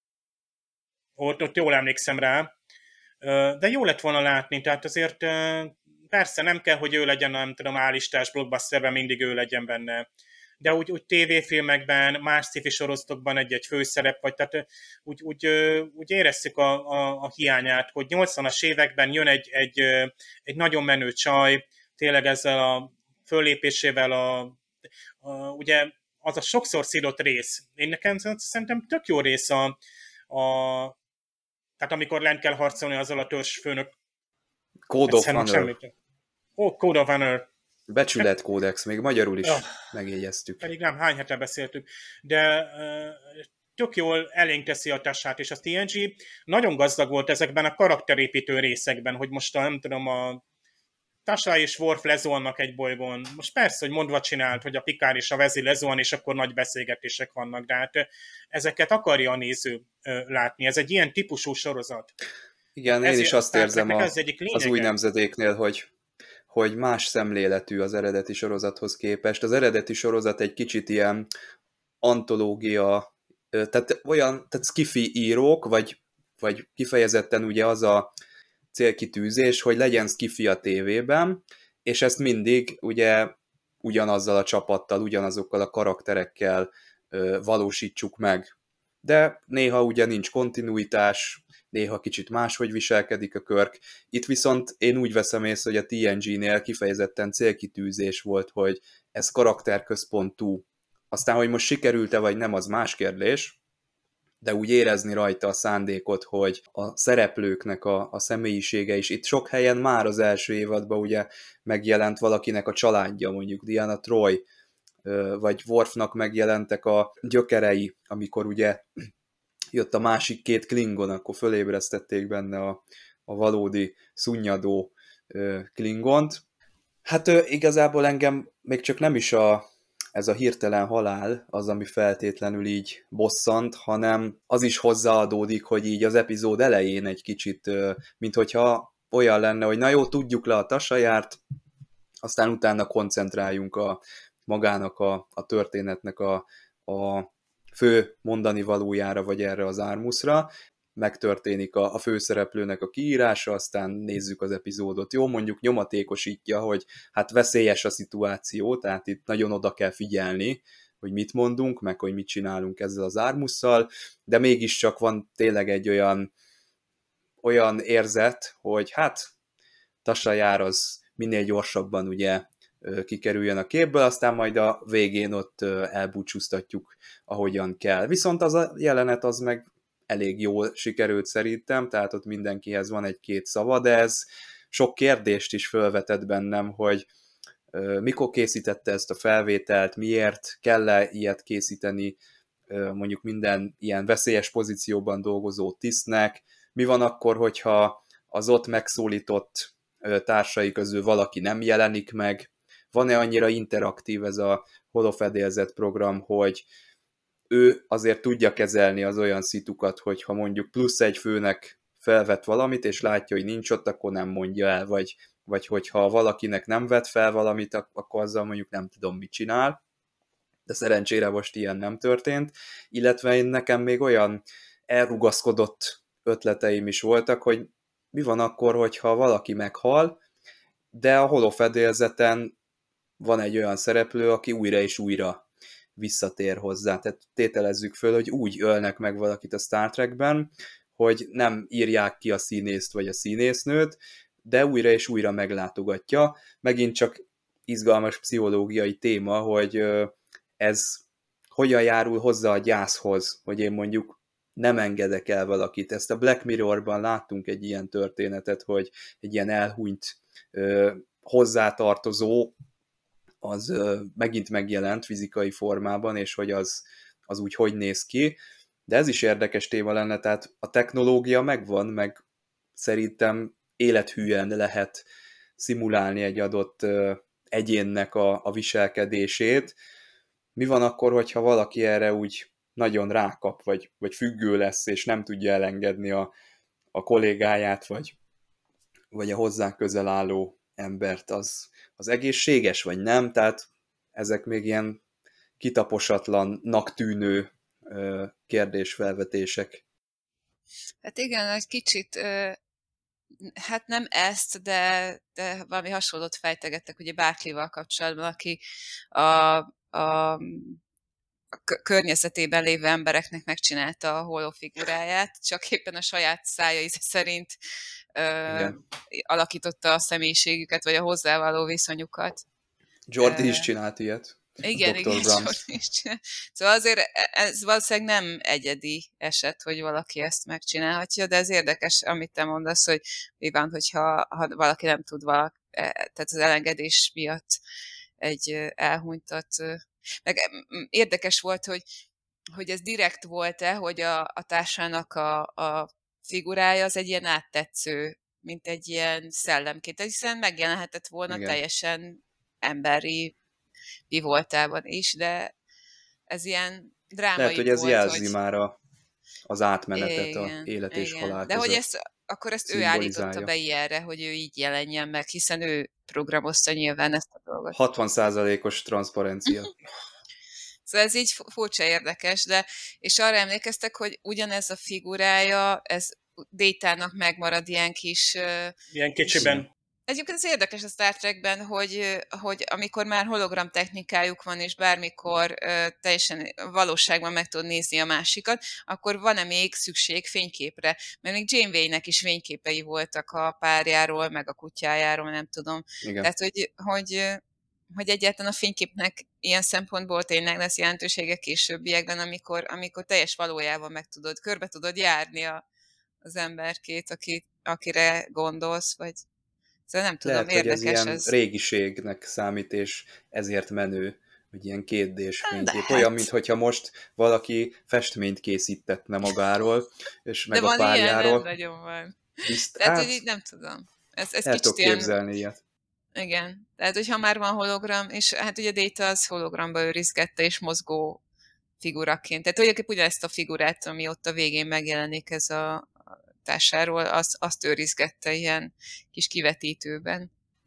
Ott, ott jól emlékszem rá. De jó lett volna látni, tehát azért persze nem kell, hogy ő legyen, nem tudom, állistás blockbusterben mindig ő legyen benne. De úgy, úgy tévéfilmekben, más sci-fi sorozatokban egy-egy főszerep, vagy tehát úgy, úgy, úgy érezzük a, a, a hiányát, hogy nyolcvanas években jön egy, egy, egy nagyon menő csaj, tényleg ezzel a föllépésével, a, a, ugye az a sokszor szidott rész. Én nekem szerintem tök jó rész a, a tehát amikor lent kell harcolni azzal a törzsfőnök. Code of Honor. Ó, oh, Code of Honor. Becsületkódex, még magyarul is oh, megjegyeztük. Pedig nem, hány hete beszéltük. De uh, tök jól elénk teszi a Tashát, és a té en gé nagyon gazdag volt ezekben a karakterépítő részekben, hogy most a, nem tudom, a Tasha és Worf lezuhannak egy bolygón. Most persze, hogy mondva csinált, hogy a Picard és a Vezi lezuhan, és akkor nagy beszélgetések vannak, de hát ezeket akarja a néző látni. Ez egy ilyen típusú sorozat. Igen, én is azt érzem a, az, az új nemzedéknél, hogy hogy más szemléletű az eredeti sorozathoz képest. Az eredeti sorozat egy kicsit ilyen antológia, tehát olyan, tehát sci-fi írók, vagy, vagy kifejezetten ugye az a célkitűzés, hogy legyen sci-fi a tévében, és ezt mindig ugye ugyanazzal a csapattal, ugyanazokkal a karakterekkel ö, valósítsuk meg. De néha ugye nincs kontinuitás, néha kicsit máshogy viselkedik a Kirk. Itt viszont én úgy veszem észre, hogy a té en gé-nél kifejezetten célkitűzés volt, hogy ez karakterközpontú. Aztán, hogy most sikerült-e vagy nem, az más kérdés, de úgy érezni rajta a szándékot, hogy a szereplőknek a, a személyisége is. Itt sok helyen már az első évadban ugye megjelent valakinek a családja, mondjuk Deanna Troi, vagy Worfnak megjelentek a gyökerei, amikor ugye jött a másik két Klingon, akkor fölébresztették benne a, a valódi szunnyadó ö, Klingont. Hát ö, igazából engem még csak nem is a, ez a hirtelen halál az, ami feltétlenül így bosszant, hanem az is hozzáadódik, hogy így az epizód elején egy kicsit, ö, minthogyha olyan lenne, hogy na jó, tudjuk le a Tasha-járt, aztán utána koncentráljunk a magának a, a történetnek a, a fő mondani valójára, vagy erre az Ármuszra. megtörténik a, a főszereplőnek a kiírása, aztán nézzük az epizódot. Jó, mondjuk nyomatékosítja, hogy hát veszélyes a szituáció, tehát itt nagyon oda kell figyelni, hogy mit mondunk, meg hogy mit csinálunk ezzel az Ármusszal, de mégiscsak van tényleg egy olyan, olyan érzet, hogy hát Tasha Yar az minél gyorsabban ugye kikerüljön a képből, aztán majd a végén ott elbúcsúztatjuk, ahogyan kell. Viszont az a jelenet az meg elég jól sikerült szerintem, tehát ott mindenkihez van egy-két szava, de ez sok kérdést is felvetett bennem, hogy mikor készítette ezt a felvételt, miért kell-e ilyet készíteni mondjuk minden ilyen veszélyes pozícióban dolgozó tisztnek, mi van akkor, hogyha az ott megszólított társai közül valaki nem jelenik meg, van-e annyira interaktív ez a holofedélzet program, hogy ő azért tudja kezelni az olyan szitukat, hogyha mondjuk plusz egy főnek felvet valamit, és látja, hogy nincs ott, akkor nem mondja el, vagy, vagy hogyha valakinek nem vet fel valamit, akkor azzal mondjuk nem tudom, mit csinál, de szerencsére most ilyen nem történt, illetve én nekem még olyan elrugaszkodott ötleteim is voltak, hogy mi van akkor, hogyha valaki meghal, de a holofedélzeten van egy olyan szereplő, aki újra és újra visszatér hozzá. Tehát tételezzük föl, hogy úgy ölnek meg valakit a Star Trekben, hogy nem írják ki a színészt vagy a színésznőt, de újra és újra meglátogatja. Megint csak izgalmas pszichológiai téma, hogy ez hogyan járul hozzá a gyászhoz, hogy én mondjuk nem engedek el valakit. Ezt a Black Mirrorban láttunk egy ilyen történetet, hogy egy ilyen elhunyt hozzátartozó az megint megjelent fizikai formában, és hogy az, az úgy hogy néz ki. De ez is érdekes téma lenne, tehát a technológia megvan, meg szerintem élethűen lehet szimulálni egy adott egyénnek a, a viselkedését. Mi van akkor, hogyha valaki erre úgy nagyon rákap, vagy, vagy függő lesz, és nem tudja elengedni a, a kollégáját, vagy, vagy a hozzá közel álló embert, az, az egészséges, vagy nem? Tehát ezek még ilyen kitaposatlannak tűnő ö, kérdésfelvetések. Hát igen, egy kicsit, ö, hát nem ezt, de, de valami hasonlót fejtegettek ugye Barclayval kapcsolatban, aki a, a a környezetében lévő embereknek megcsinálta a holofiguráját, csak éppen a saját szája íze szerint ö, alakította a személyiségüket, vagy a hozzávaló viszonyukat. Jordi uh, is csinált ilyet. Igen, igen, Jordi is csinált. Szóval azért ez valószínűleg nem egyedi eset, hogy valaki ezt megcsinálhatja, de ez érdekes, amit te mondasz, hogy mi van, hogyha ha valaki nem tud valaki, tehát az elengedés miatt egy elhunytat. Meg érdekes volt, hogy, hogy ez direkt volt-e, hogy a, a társának a, a figurája az egy ilyen áttetsző, mint egy ilyen szellemként, hiszen megjelenhetett volna igen. Teljesen emberi mi voltában is, de ez ilyen drámai lehet, hogy ez volt, jelzi hogy... már a, az átmenetet igen, a élet és igen. halál de között. hogy ezt, akkor ezt ő állította be ilyenre, hogy ő így jelenjen meg, hiszen ő programozta nyilván ezt a dolgot. hatvan százalékos transzparencia. Szóval ez így furcsa érdekes, de és arra emlékeztek, hogy ugyanez a figurája, ez Data-nak megmarad ilyen kis... Ilyen kicsiben. Egyébként ez érdekes a Star Trekben, hogy, hogy amikor már hologram technikájuk van, és bármikor uh, teljesen valóságban meg tud nézni a másikat, akkor van-e még szükség fényképre? Mert még Janeway-nek is fényképei voltak a párjáról, meg a kutyájáról, nem tudom. Igen. Tehát, hogy, hogy, hogy egyáltalán a fényképnek ilyen szempontból tényleg lesz jelentősége későbbiekben, amikor, amikor teljes valójában meg tudod, körbe tudod járni a, az emberkét, aki, akire gondolsz, vagy... Szóval nem tudom, lehet, érdekes hogy ez ilyen ez. régiségnek számít, és ezért menő, hogy ilyen kétdés fénykép. Olyan, mintha most valaki festményt készítetne magáról, és meg de a párjáról. De van ilyen, nagyon van. Bizt, Tehát, hát, hogy így nem tudom. Ez, ez el kicsit tudok képzelni ilyen... ilyet. Igen. Tehát, hogyha már van hologram, és hát ugye Data az hologramba őrizgette, és mozgó figuraként. Tehát tulajdonképpen ugyanezt a figurát, ami ott a végén megjelenik ez a társáról, azt, azt őrizgette ilyen kis kivetítőben.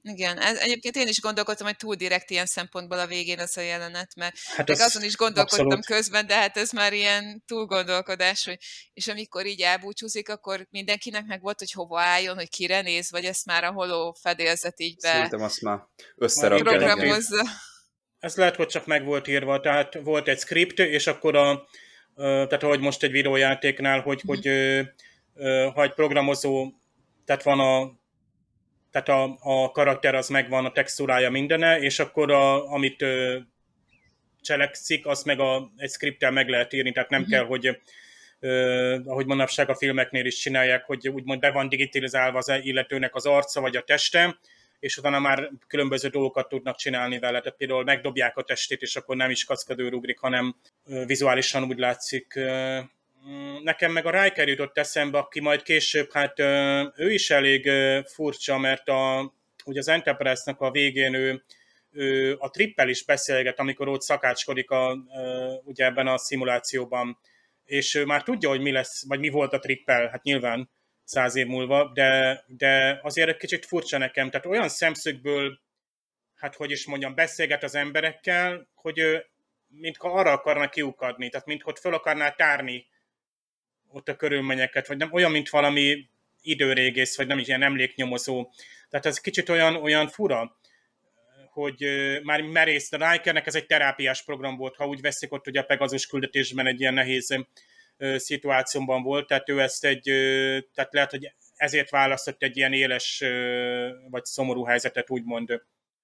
Igen, ez, egyébként én is gondolkodtam, hogy túl direkt ilyen szempontból a végén az a jelenet, mert Hát meg az azon is gondolkodtam abszolút. közben, de hát ez már ilyen túlgondolkodás, hogy és amikor így elbúcsúzik, akkor mindenkinek meg volt, hogy hova álljon, hogy kire néz, vagy ezt már a holó fedélzet így be Szerintem azt már összerakja. programozza. Ez lehet, hogy csak meg volt írva, tehát volt egy script, és akkor a, tehát ahogy most egy videójátéknál, hogy, mm. hogy ha egy programozó, tehát van a tehát a, a karakter az megvan, a textúrája mindene, és akkor a, amit ö, cselekszik, azt meg a, egy scripttel meg lehet írni, tehát nem mm-hmm. kell, hogy ö, ahogy manapság a filmeknél is csinálják, hogy úgymond be van digitalizálva az illetőnek az arca vagy a teste, és utána már különböző dolgokat tudnak csinálni vele, tehát például megdobják a testét, és akkor nem is kaszkadőr ugrik, hanem ö, vizuálisan úgy látszik. Ö, Nekem meg a Riker jutott eszembe, aki majd később, hát ő is elég furcsa, mert a, ugye az Enterprise-nak a végén ő, ő a Trippel is beszélget, amikor ott szakácskodik a, ugye ebben a szimulációban, és ő már tudja, hogy mi lesz, vagy mi volt a Trippel, hát nyilván száz év múlva, de, de azért egy kicsit furcsa nekem, tehát olyan szemszögből, hát hogy is mondjam, beszélget az emberekkel, hogy ő mintha arra akarna kiukadni, tehát mintha föl akarná tárni ott a körülményeket, vagy nem olyan, mint valami időrégész, vagy nem ilyen emléknyomozó. Tehát ez kicsit olyan, olyan fura, hogy uh, már merész, a Rikernek ez egy terápiás program volt, ha úgy veszik, ott ugye a Pegasus küldetésben egy ilyen nehéz uh, szituációban volt, tehát ő ezt egy, uh, tehát lehet, hogy ezért választott egy ilyen éles, uh, vagy szomorú helyzetet, úgymond.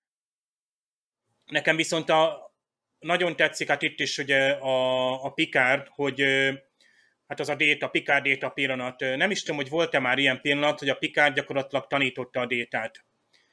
Nekem viszont a, nagyon tetszik, hát itt is ugye a, a Picard, hogy uh, hát az a Data, Picard Data pillanat. Nem is tudom, hogy volt-e már ilyen pillanat, hogy a Picard gyakorlatilag tanította a Data-t.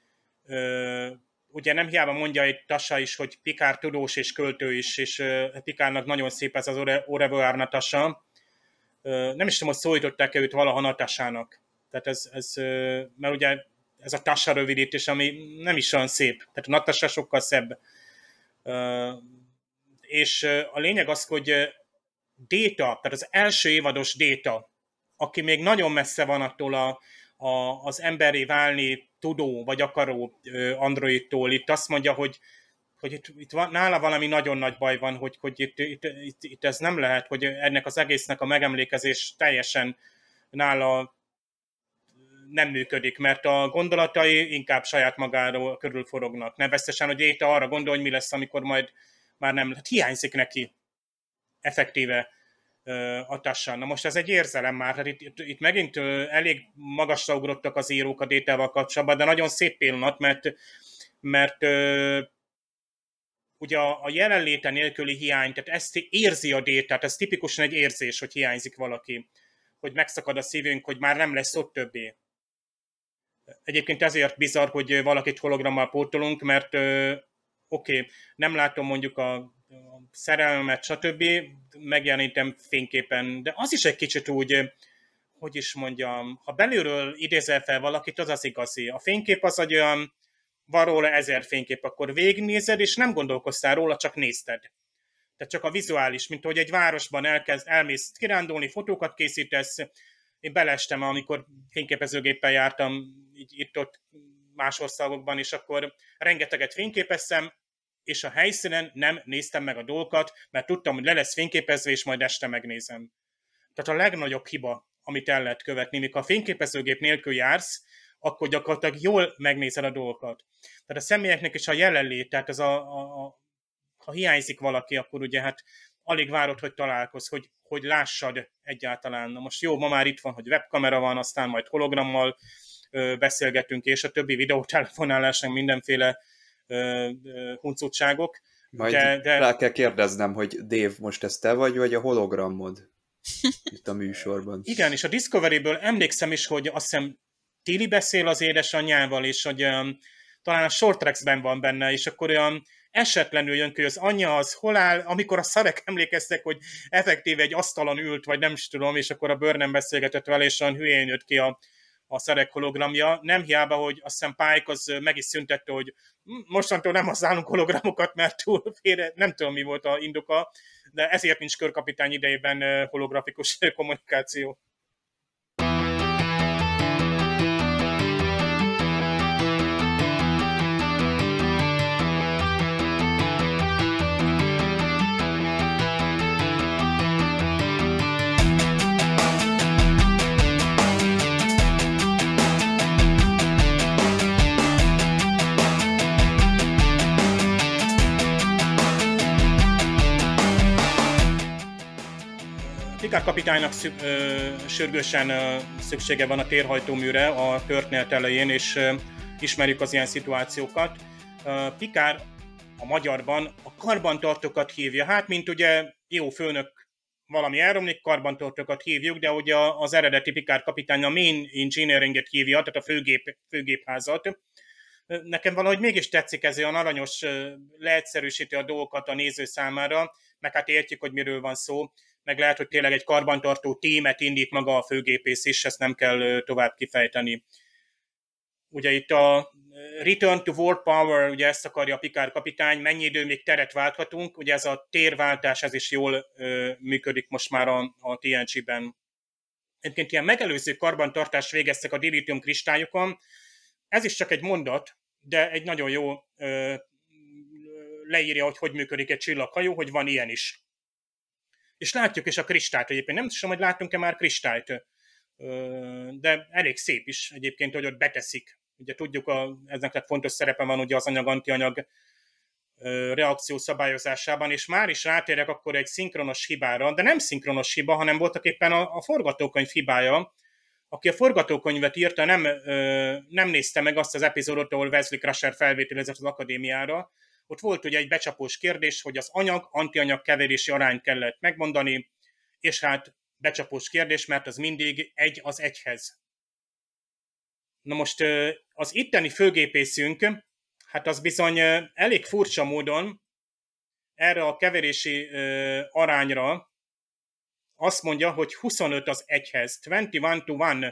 Ugye nem hiába mondja egy Tasha is, hogy Picard tudós és költő is, és Picardnak nagyon szép ez az Au revoir Natasha. Nem is tudom, hogy szólították-e őt valaha Natashának. Tehát ez, ez, mert ugye ez a Tasha rövidítés, ami nem is olyan szép. Tehát a Natasha sokkal szebb. És a lényeg az, hogy Data, tehát az első évados Data, aki még nagyon messze van attól a, a, az emberré válni tudó vagy akaró androidtól, itt azt mondja, hogy, hogy itt, itt van, nála valami nagyon nagy baj van, hogy, hogy itt, itt, itt, itt ez nem lehet, hogy ennek az egésznek a megemlékezés teljesen nála nem működik, mert a gondolatai inkább saját magáról körülforognak. Nevezetesen, hogy Data arra gondol, hogy mi lesz, amikor majd már nem, hát hiányzik neki effektíve uh, a Tasha. Na most ez egy érzelem már, hát itt, itt, itt megint uh, elég magasra ugrottak az írók a Data-val kapcsolatban, de nagyon szép pillanat, mert, mert uh, ugye a, a jelenléte nélküli hiány, tehát ezt érzi a Data, ez tipikusan egy érzés, hogy hiányzik valaki, hogy megszakad a szívünk, hogy már nem lesz ott többé. Egyébként ezért bizarr, hogy valakit hologrammal pótolunk, mert uh, oké, okay, nem látom mondjuk a a szerelmet, stb. Megjelenítem fényképen, de az is egy kicsit úgy, hogy is mondjam, ha belülről idézel fel valakit, az az igazi. A fénykép az egy olyan, van róla ezer fénykép, akkor végignézed, és nem gondolkoztál róla, csak nézted. Tehát csak a vizuális, mint hogy egy városban elkezd, elmész kirándulni, fotókat készítesz. Én beleestem, amikor fényképezőgéppel jártam itt-ott más országokban, és akkor rengeteget fényképeztem, és a helyszínen nem néztem meg a dolgokat, mert tudtam, hogy le lesz fényképezve, és majd este megnézem. Tehát a legnagyobb hiba, amit el lehet követni, mikor a fényképezőgép nélkül jársz, akkor gyakorlatilag jól megnézed a dolgokat. Tehát a személyeknek is a jelenlét, tehát ez a, a, a, ha hiányzik valaki, akkor ugye hát alig várod, hogy találkozz, hogy, hogy lássad egyáltalán. Na most jó, ma már itt van, hogy webkamera van, aztán majd hologrammal ö, beszélgetünk, és a többi videótelefonálásnak mindenféle huncutságok. Majd de, de... rá kell kérdeznem, hogy Dave, most ez te vagy, vagy a hologramod itt a műsorban? Igen, és a Discovery-ből emlékszem is, hogy azt hiszem Tilly beszél az édesanyjával, és hogy um, talán a Short Tracks-ben van benne, és akkor olyan esetlenül jön ki, hogy az anyja az hol áll, amikor a szarek emlékeztek, hogy effektíve egy asztalon ült, vagy nem is tudom, és akkor a Burnham beszélgetett vele, és olyan hülyén jött ki a a szarek hologramja. Nem hiába, hogy azt hiszem Pike az meg is szüntette, hogy mostantól nem használunk hologramokat, mert túl félre, nem tudom mi volt a indoka, de ezért nincs körkapitány idejében holografikus kommunikáció. Picard kapitánynak szü- ö, sürgősen ö, szüksége van a térhajtóműre a történet elején, és ö, ismerjük az ilyen szituációkat. Ö, Picard a magyarban a karbantartókat hívja. Hát, mint ugye jó főnök valami elromlik, karbantartókat hívjuk, de ugye az eredeti Picard kapitány a main engineeringet hívja, tehát a főgép, főgépházat. Nekem valahogy mégis tetszik ez olyan aranyos, leegyszerűsíti a dolgokat a néző számára, meg hát értjük, hogy miről van szó, meg lehet, hogy tényleg egy karbantartó tímet indít maga a főgépész is, ezt nem kell tovább kifejteni. Ugye itt a Return to War Power, ugye ezt akarja a Picard kapitány, mennyi idő még teret válthatunk, ugye ez a térváltás, ez is jól ö, működik most már a, a té en gé-ben. Egyébként ilyen megelőző karbantartást végeztek a dilithium kristályokon, ez is csak egy mondat, de egy nagyon jó ö, leírja, hogy hogy működik egy csillaghajó, hogy van ilyen is. És látjuk is a kristályt egyébként. Nem tudom, hogy láttunk-e már kristályt, de elég szép is egyébként, hogy ott beteszik. Ugye tudjuk, a, ezeknek fontos szerepe van ugye az anyag-antianyag reakció szabályozásában, és már is rátérek akkor egy szinkronos hibára, de nem szinkronos hiba, hanem voltak éppen a, a forgatókönyv hibája. Aki a forgatókönyvet írta, nem, nem nézte meg azt az epizódot, ahol Wesley Crusher felvételezett az akadémiára. Ott volt ugye egy becsapós kérdés, hogy az anyag-antianyag keverési arányt kellett megmondani, és hát becsapós kérdés, mert az mindig egy az egyhez. Na most az itteni főgépészünk, hát az bizony elég furcsa módon erre a keverési arányra azt mondja, hogy huszonöt az egyhez, huszonegy to one.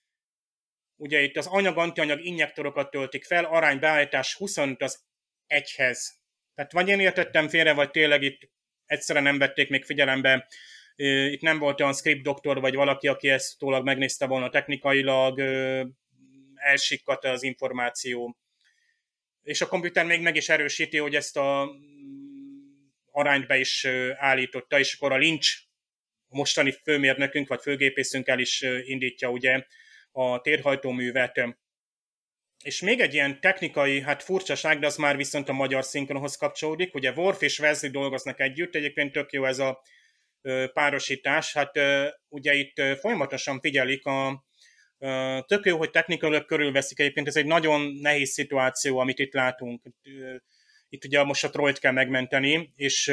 Ugye itt az anyag-antianyag injektorokat töltik fel, aránybeállítás huszonöt az egyhez. Tehát vagy én értettem félre, vagy tényleg itt egyszerűen nem vették még figyelembe. Itt nem volt olyan script doktor, vagy valaki, aki ezt tólag megnézte volna technikailag, elsikkadt az információ. És a komputer még meg is erősíti, hogy ezt a arányt be is állította, és akkor a Lynch, a mostani főmérnökünk, vagy főgépészünk el is indítja ugye a térhajtóművet. És még egy ilyen technikai, hát furcsaság, de az már viszont a magyar szinkronhoz kapcsolódik. Ugye Worf és Wesley dolgoznak együtt, egyébként tök jó ez a párosítás. Hát ugye itt folyamatosan figyelik a tök jó, hogy technikailag körülveszik, egyébként ez egy nagyon nehéz szituáció, amit itt látunk. Itt ugye most a Troyt kell megmenteni, és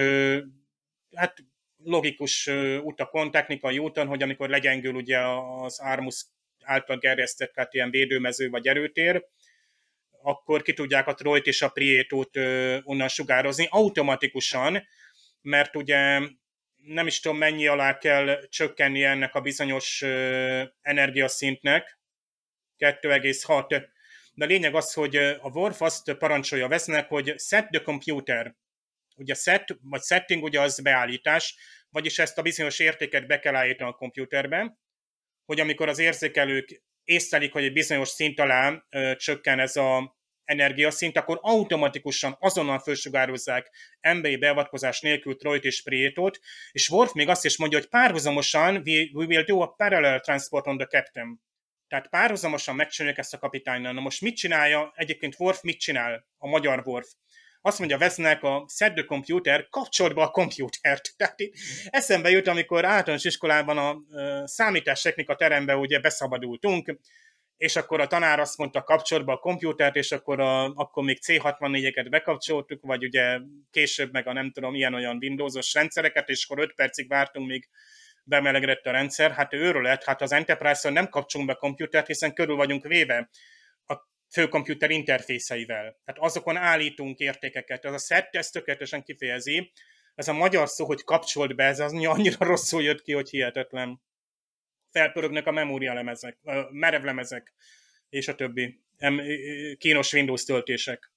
hát logikus utakon, technikai úton, hogy amikor legyengül ugye az Armus által gerjesztett hát ilyen védőmező vagy erőtér, akkor ki tudják a Troyt és a Prietót onnan sugározni automatikusan, mert ugye nem is tudom mennyi alá kell csökkenni ennek a bizonyos energiaszintnek, kettő egész hat. De a lényeg az, hogy a Worf azt parancsolja Wesleynek, hogy set the computer. Ugye set, vagy setting ugye az beállítás, vagyis ezt a bizonyos értéket be kell állítani a komputerben, hogy amikor az érzékelők észlelik, hogy egy bizonyos szint alá ö, csökken ez az energiaszint, akkor automatikusan azonnal felsugározzák emberi beavatkozás nélkül Troyt és Prietót, és Worf még azt is mondja, hogy párhuzamosan we, we will do a parallel transport on the captain. Tehát párhuzamosan megcsinálják ezt a kapitánynal. Na most mit csinálja? Egyébként Worf mit csinál? A magyar Worf. Azt mondja Wesleynek a set the computer, kapcsold be a komputert. Tehát itt eszembe jut, amikor általános iskolában a uh, számítástechnika terembe ugye beszabadultunk, és akkor a tanár azt mondta, kapcsold be a komputert, és akkor, a, akkor még cé hatvannégyeket bekapcsoltuk, vagy ugye később meg a nem tudom, ilyen-olyan Windowsos rendszereket, és akkor öt percig vártunk, míg bemelegedett a rendszer. Hát őről lett, hát az Enterprise-on nem kapcsolunk be a komputert, hiszen körül vagyunk véve a főkomputer interfészeivel. Tehát azokon állítunk értékeket. Ez a set, ez tökéletesen kifejezi. Ez a magyar szó, hogy kapcsold be, ez az annyira rosszul jött ki, hogy hihetetlen. Felpörögnek a memórialemezek, merevlemezek, és a többi. Kínos Windows töltések.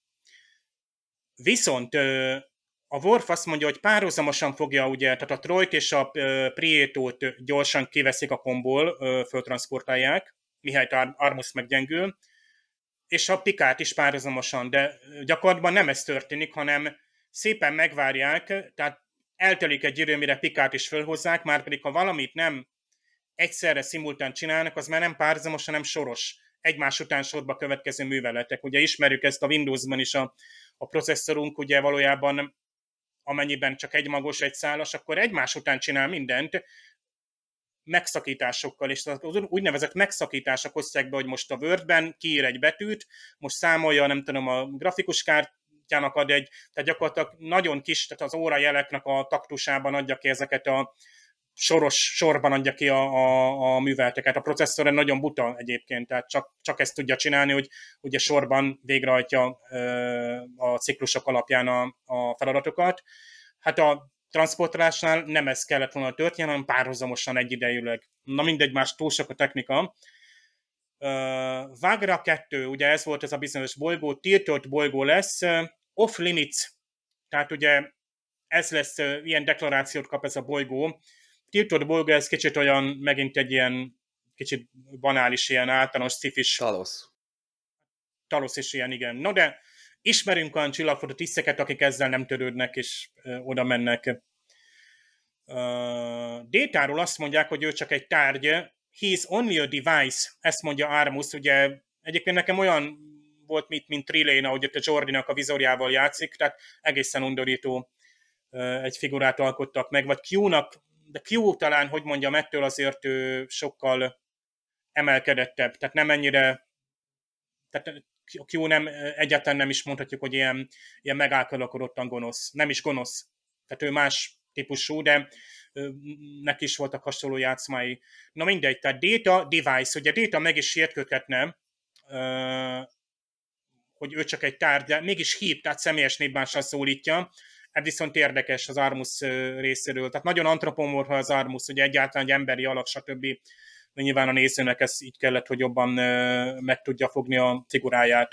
Viszont a Worf azt mondja, hogy párhuzamosan fogja, ugye, tehát a Troyt és a Prietót gyorsan kiveszik a komból, föltranszportálják, mihelyt Armus meggyengül, és a Picard is párhuzamosan, de gyakorlatban nem ez történik, hanem szépen megvárják, tehát eltelik egy idő, mire Picard is fölhozzák, márpedig ha valamit nem egyszerre szimultán csinálnak, az már nem párhuzamos, hanem soros, egymás után sorba következő műveletek. Ugye ismerjük ezt a Windowsban is, a, a processzorunk ugye valójában amennyiben csak egy magos, egy szálas, akkor egymás után csinál mindent, megszakításokkal, és az úgynevezett megszakítások osztják be, hogy most a Wordben kiír egy betűt, most számolja, nem tudom, a grafikus kártyának ad egy, tehát gyakorlatilag nagyon kis, tehát az órajeleknek a taktusában adja ki ezeket a soros sorban adja ki a, a, a műveleteket. A processzor nagyon buta egyébként, tehát csak, csak ezt tudja csinálni, hogy ugye sorban végrehajtja a ciklusok alapján a, a feladatokat. Hát a transportálásnál nem ez kellett volna történni, hanem párhuzamosan egyidejűleg. Na mindegy, más túl sok a technika. Vagra kettő, ugye ez volt ez a bizonyos bolygó, tiltott bolygó lesz, off limits, tehát ugye ez lesz, ilyen deklarációt kap ez a bolygó. Tiltott bolygó, ez kicsit olyan, megint egy ilyen kicsit banális, ilyen általános szifis. Talos. Talos is ilyen, igen. No de ismerünk olyan csillagfotó tiszteket, akik ezzel nem törődnek, és ö, oda mennek. Uh, Détáról azt mondják, hogy ő csak egy tárgy. He is only a device, ezt mondja Armus. Ugye egyébként nekem olyan volt, mint, mint Trilane, ahogy ott a Jordinak a vizorjával játszik, tehát egészen undorító uh, egy figurát alkottak meg, vagy Q-nak, de Q talán, hogy mondjam, ettől azért ő sokkal emelkedettebb, tehát nem ennyire, tehát a Q nem, egyáltalán nem is mondhatjuk, hogy ilyen, ilyen megálkalakodottan gonosz, nem is gonosz, tehát ő más típusú, de neki is voltak hasonló játszmái. Na mindegy, tehát Data Device, ugye Data meg is sértődhetne, hogy ő csak egy tárgy, de mégis hív, tehát személyes névmással szólítja. Ez viszont érdekes az Armus részéről. Tehát nagyon antropomorfa az Armus, ugye egyáltalán egy emberi alak, stb. De nyilván a nézőnek ez így kellett, hogy jobban meg tudja fogni a figuráját.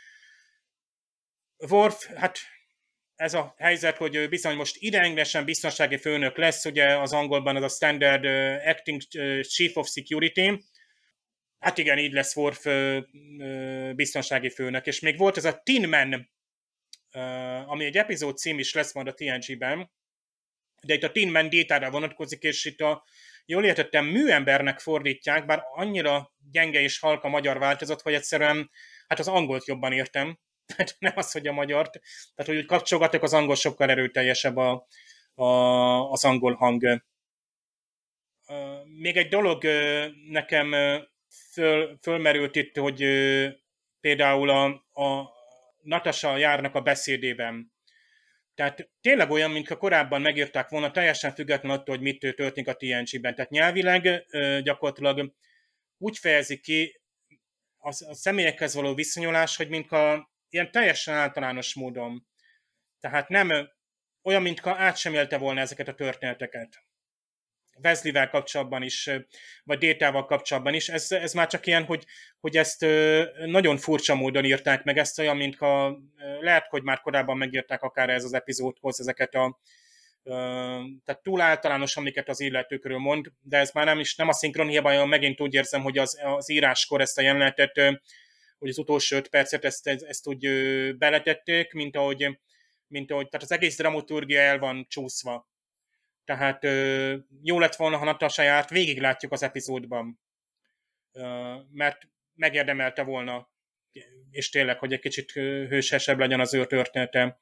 Worf, hát ez a helyzet, hogy bizony most ideiglenesen biztonsági főnök lesz, ugye az angolban az a Standard Acting Chief of Security. Hát igen, így lesz Worf biztonsági főnök. És még volt ez a Tin Man, ami egy epizód cím is lesz majd a té en gé-ben, de itt a Tin Man Data-ra vonatkozik, és itt a, jól értettem, műembernek fordítják, bár annyira gyenge és halk a magyar változat, hogy egyszerűen hát az angolt jobban értem, tehát nem az, hogy a magyart, tehát hogy úgy kapcsolgatok, az angol sokkal erőteljesebb a, a, az angol hang. Még egy dolog nekem föl, fölmerült itt, hogy például a, a Natasha járnak a beszédében. Tehát tényleg olyan, mintha korábban megírták volna, teljesen független attól, hogy mit történik a té en gé-ben. Tehát nyelvileg gyakorlatilag úgy fejezik ki a személyekhez való viszonyulás, hogy mintha ilyen teljesen általános módon. Tehát nem olyan, mintha át sem élte volna ezeket a történeteket. Wesley-vel kapcsolatban is, vagy Data-val kapcsolatban is. Ez, ez már csak ilyen, hogy, hogy ezt nagyon furcsa módon írták meg, ezt olyan, mintha lehet, hogy már korábban megírták akár ez az epizódhoz ezeket a tehát túl általános, amiket az illetőkről mond, de ez már nem is nem a szinkron hiába, hanem megint úgy érzem, hogy az, az íráskor ezt a jelenetet, hogy az utolsó öt percet ezt, ezt, ezt úgy beletették, mint ahogy, mint ahogy, tehát az egész dramaturgia el van csúszva. Tehát jó lett volna, ha Natasha járt, végig látjuk az epizódban, mert megérdemelte volna, és tényleg, hogy egy kicsit hősesebb legyen az ő története.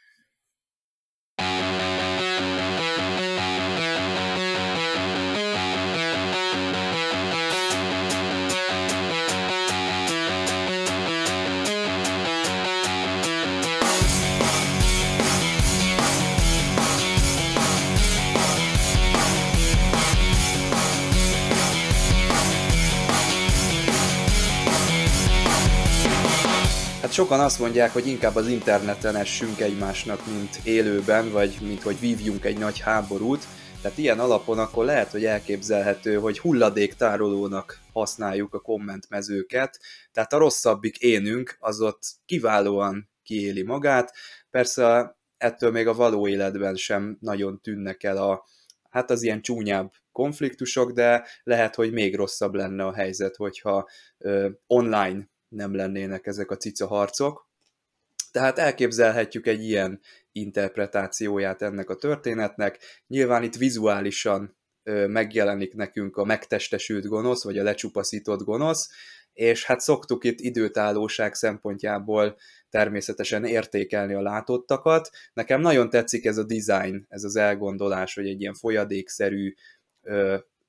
Sokan azt mondják, hogy inkább az interneten essünk egymásnak, mint élőben, vagy mint hogy vívjunk egy nagy háborút. Tehát ilyen alapon akkor lehet, hogy elképzelhető, hogy hulladéktárolónak használjuk a kommentmezőket. Tehát a rosszabbik énünk az ott kiválóan kiéli magát. Persze ettől még a való életben sem nagyon tűnnek el a, hát az ilyen csúnyább konfliktusok, de lehet, hogy még rosszabb lenne a helyzet, hogyha ö, online nem lennének ezek a cica harcok. Tehát elképzelhetjük egy ilyen interpretációját ennek a történetnek. Nyilván itt vizuálisan ö, megjelenik nekünk a megtestesült gonosz, vagy a lecsupaszított gonosz, és hát szoktuk itt időtállóság szempontjából természetesen értékelni a látottakat. Nekem nagyon tetszik ez a design, ez az elgondolás, hogy egy ilyen folyadékszerű ö,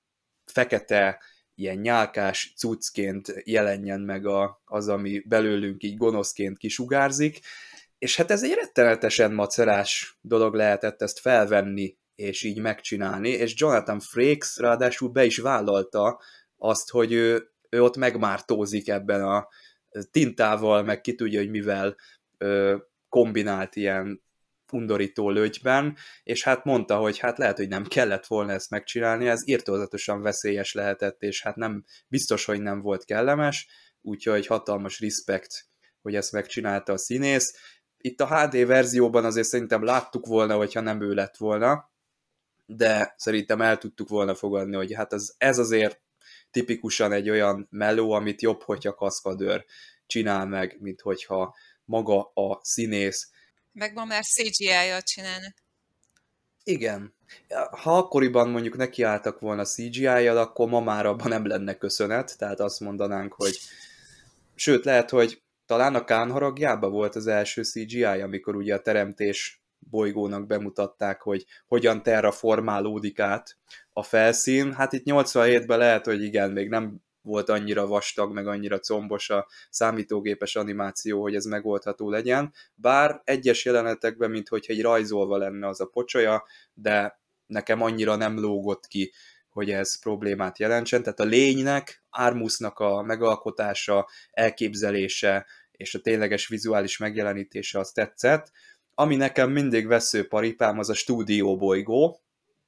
fekete, ilyen nyálkás cuccként jelenjen meg a, az, ami belőlünk így gonoszként kisugárzik, és hát ez egy rettenetesen macerás dolog lehetett ezt felvenni, és így megcsinálni, és Jonathan Frakes ráadásul be is vállalta azt, hogy ő, ő ott megmártózik ebben a tintával, meg ki tudja, hogy mivel ö, kombinált ilyen undorító lögyben, és hát mondta, hogy hát lehet, hogy nem kellett volna ezt megcsinálni, ez irtózatosan veszélyes lehetett, és hát nem biztos, hogy nem volt kellemes, úgyhogy hatalmas respekt, hogy ezt megcsinálta a színész. Itt a há dé verzióban azért szerintem láttuk volna, hogyha nem ő lett volna, de szerintem el tudtuk volna fogadni, hogy hát ez, ez azért tipikusan egy olyan melló, amit jobb, hogyha kaszkadőr csinál meg, mint hogyha maga a színész. Meg ma már cé gé í-jal csinálnak. Igen. Ha akkoriban mondjuk nekiálltak volna cé gé í-jal, akkor ma már abban nem lenne köszönet, tehát azt mondanánk, hogy sőt, lehet, hogy talán a Kán haragjában volt az első cé gé í, amikor ugye a teremtés bolygónak bemutatták, hogy hogyan terraformálódik át a felszín. Hát itt nyolcvanhétben lehet, hogy igen, még nem volt annyira vastag, meg annyira combos a számítógépes animáció, hogy ez megoldható legyen. Bár egyes jelenetekben, minthogyha egy rajzolva lenne az a pocsolya, de nekem annyira nem lógott ki, hogy ez problémát jelentsen. Tehát a lénynek, Armusnak a megalkotása, elképzelése és a tényleges vizuális megjelenítése az tetszett. Ami nekem mindig veszőparipám, az a stúdióbolygó.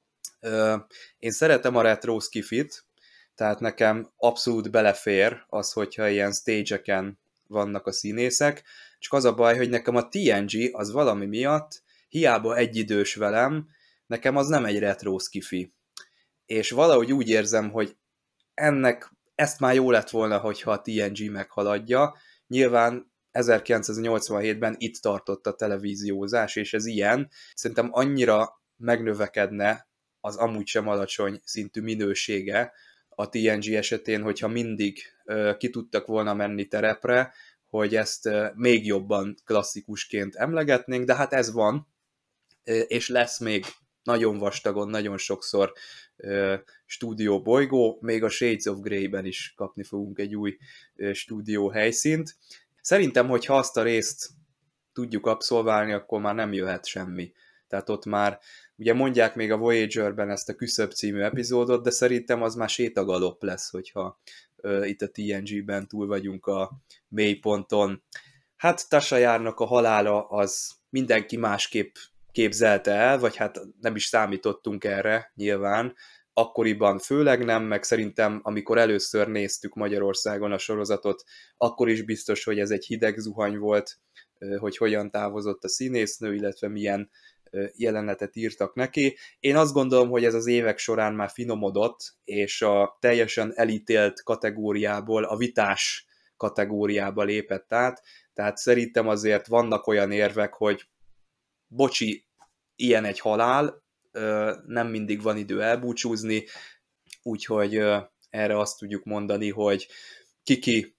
Én szeretem a retro skifit, tehát nekem abszolút belefér az, hogyha ilyen stage-eken vannak a színészek, csak az a baj, hogy nekem a té en gé az valami miatt, hiába egyidős velem, nekem az nem egy retro skifi. És valahogy úgy érzem, hogy ennek, ezt már jó lett volna, hogyha a té en gé meghaladja. Nyilván ezerkilencszáznyolcvanhétben itt tartott a televíziózás, és ez ilyen. Szerintem annyira megnövekedne az amúgy sem alacsony szintű minősége a té en gé esetén, hogyha mindig uh, ki tudtak volna menni terepre, hogy ezt uh, még jobban klasszikusként emlegetnénk, de hát ez van, uh, és lesz még nagyon vastagon, nagyon sokszor uh, stúdió bolygó, még a Shades of Grey-ben is kapni fogunk egy új uh, stúdió helyszínt. Szerintem, hogyha azt a részt tudjuk abszolválni, akkor már nem jöhet semmi. Tehát ott már, ugye mondják még a Voyager-ben ezt a Küszöb című epizódot, de szerintem az már sétagalopp lesz, hogyha uh, itt a té en gé-ben túl vagyunk a mélyponton. Hát Tasha Yarnak a halála az mindenki másképp képzelte el, vagy hát nem is számítottunk erre nyilván, akkoriban főleg nem, meg szerintem amikor először néztük Magyarországon a sorozatot, akkor is biztos, hogy ez egy hideg zuhany volt, hogy hogyan távozott a színésznő, illetve milyen jelenetet írtak neki. Én azt gondolom, hogy ez az évek során már finomodott, és a teljesen elítélt kategóriából a vitás kategóriába lépett át, tehát szerintem azért vannak olyan érvek, hogy bocsi, ilyen egy halál, nem mindig van idő elbúcsúzni, úgyhogy erre azt tudjuk mondani, hogy kiki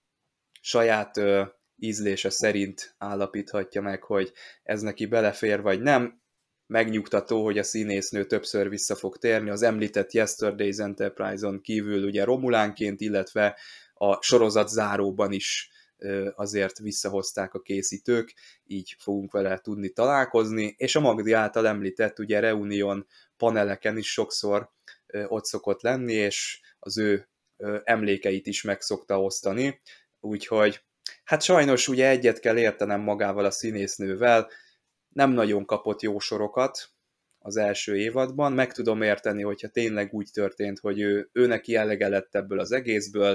saját ízlése szerint állapíthatja meg, hogy ez neki belefér vagy nem. Megnyugtató, hogy a színésznő többször vissza fog térni, az említett Yesterday's Enterprise-on kívül ugye Romulánként, illetve a sorozat záróban is azért visszahozták a készítők, így fogunk vele tudni találkozni, és a Magdi által említett ugye Reunion paneleken is sokszor ott szokott lenni, és az ő emlékeit is meg szokta osztani, úgyhogy hát sajnos ugye egyet kell értenem magával a színésznővel, nem nagyon kapott jó sorokat az első évadban, meg tudom érteni, hogyha tényleg úgy történt, hogy ő, ő neki elege lett ebből az egészből,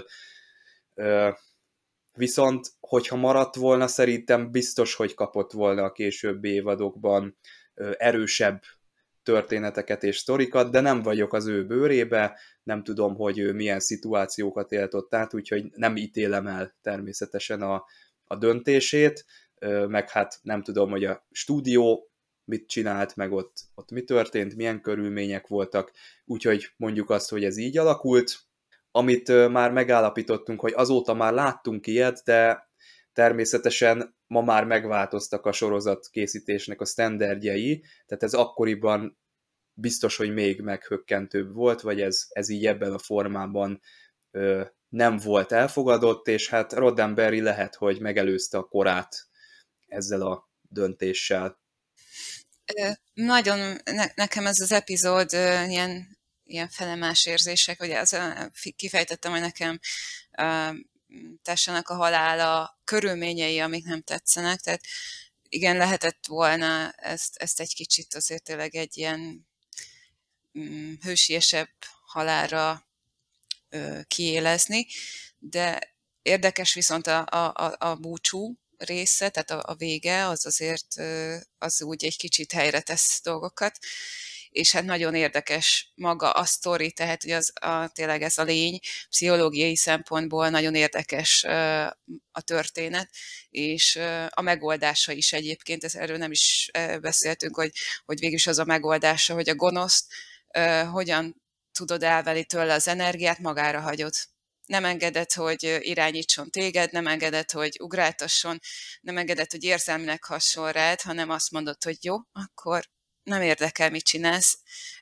viszont hogyha maradt volna, szerintem biztos, hogy kapott volna a későbbi évadokban erősebb történeteket és sztorikat, de nem vagyok az ő bőrébe, nem tudom, hogy ő milyen szituációkat élt ott át, úgyhogy nem ítélem el természetesen a, a döntését, meg hát nem tudom, hogy a stúdió mit csinált, meg ott, ott mi történt, milyen körülmények voltak, úgyhogy mondjuk azt, hogy ez így alakult, amit már megállapítottunk, hogy azóta már láttunk ilyet, de természetesen ma már megváltoztak a sorozat készítésnek a sztenderdjei, tehát ez akkoriban biztos, hogy még meghökkentőbb volt, vagy ez, ez így ebben a formában ö, nem volt elfogadott, és hát Roddenberry lehet, hogy megelőzte a korát ezzel a döntéssel. Ö, nagyon, ne, nekem ez az epizód ö, ilyen, ilyen felemás érzések, ugye az, ö, kifejtettem, hogy nekem ö, Tassának a halála körülményei, amik nem tetszenek, tehát igen, lehetett volna ezt, ezt egy kicsit azért tényleg egy ilyen mm, hősiesebb halálra ö, kiélezni, de érdekes viszont a, a, a búcsú része, tehát a, a vége, az azért ö, az úgy egy kicsit helyre tesz dolgokat, és hát nagyon érdekes maga a sztori, tehát hogy az, a, tényleg ez a lény pszichológiai szempontból nagyon érdekes ö, a történet, és ö, a megoldása is egyébként, ez, erről nem is ö, beszéltünk, hogy, hogy végülis az a megoldása, hogy a gonoszt ö, hogyan tudod elvenni tőle az energiát, magára hagyod. Nem engeded, hogy irányítson téged, nem engeded, hogy ugráltasson, nem engeded, hogy érzelmileg hasson rád, hanem azt mondod, hogy jó, akkor nem érdekel, mit csinálsz,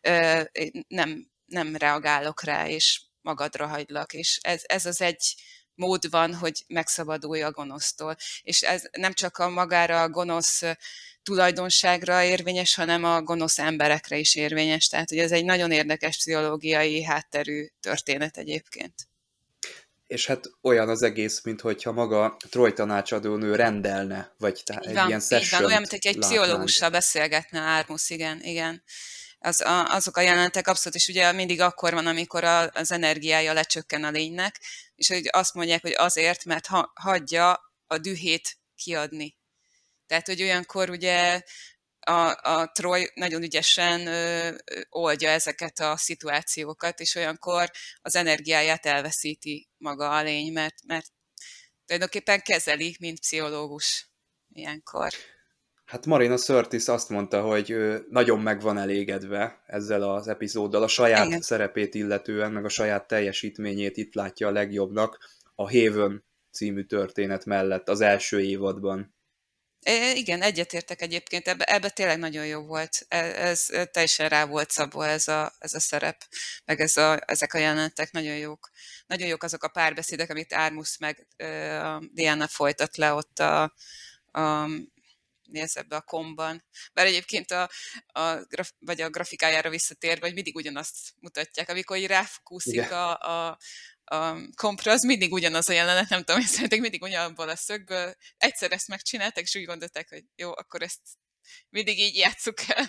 nem, nem reagálok rá, és magadra hagylak. És ez, ez az egy mód van, hogy megszabadulj a gonosztól. És ez nem csak a magára a gonosz tulajdonságra érvényes, hanem a gonosz emberekre is érvényes. Tehát, hogy ez egy nagyon érdekes pszichológiai hátterű történet egyébként. És hát olyan az egész, mintha maga Troy tanácsadónő rendelne, vagy tá- egy van, ilyen sessiont session olyan, mint hogy egy pszichológussal beszélgetne Ármusz, igen, igen. Az, a, azok a jelenetek abszolút, és ugye mindig akkor van, amikor a, az energiája lecsökken a lénynek, és hogy azt mondják, hogy azért, mert ha, hagyja a dühét kiadni. Tehát, hogy olyankor ugye a, a Troy nagyon ügyesen ö, oldja ezeket a szituációkat, és olyankor az energiáját elveszíti maga a lény, mert, mert tulajdonképpen kezeli, mint pszichológus ilyenkor. Hát Marina Sirtis azt mondta, hogy ő nagyon meg van elégedve ezzel az epizóddal, a saját Igen. szerepét illetően, meg a saját teljesítményét itt látja a legjobbnak a Haven című történet mellett az első évadban. É, igen, egyetértek egyébként, ebbe, ebbe tényleg nagyon jó volt. Ez, ez teljesen rá volt szabva ez a, ez a szerep, meg ez a, ezek a jelenetek nagyon jók. Nagyon jók azok a párbeszédek, amit Ármusz meg uh, Diana folytat le ott a, a mi ez ebbe a komban. Bár egyébként a, a, graf, vagy a grafikájára visszatérve, hogy mindig ugyanazt mutatják. Amikor így ráfokúszik a, a, a kompra, az mindig ugyanaz a jelenet, nem tudom, szerintem mindig ugyanabból a szögből. Egyszer ezt megcsinálták, és úgy gondolták, hogy jó, akkor ezt mindig így játsszuk el.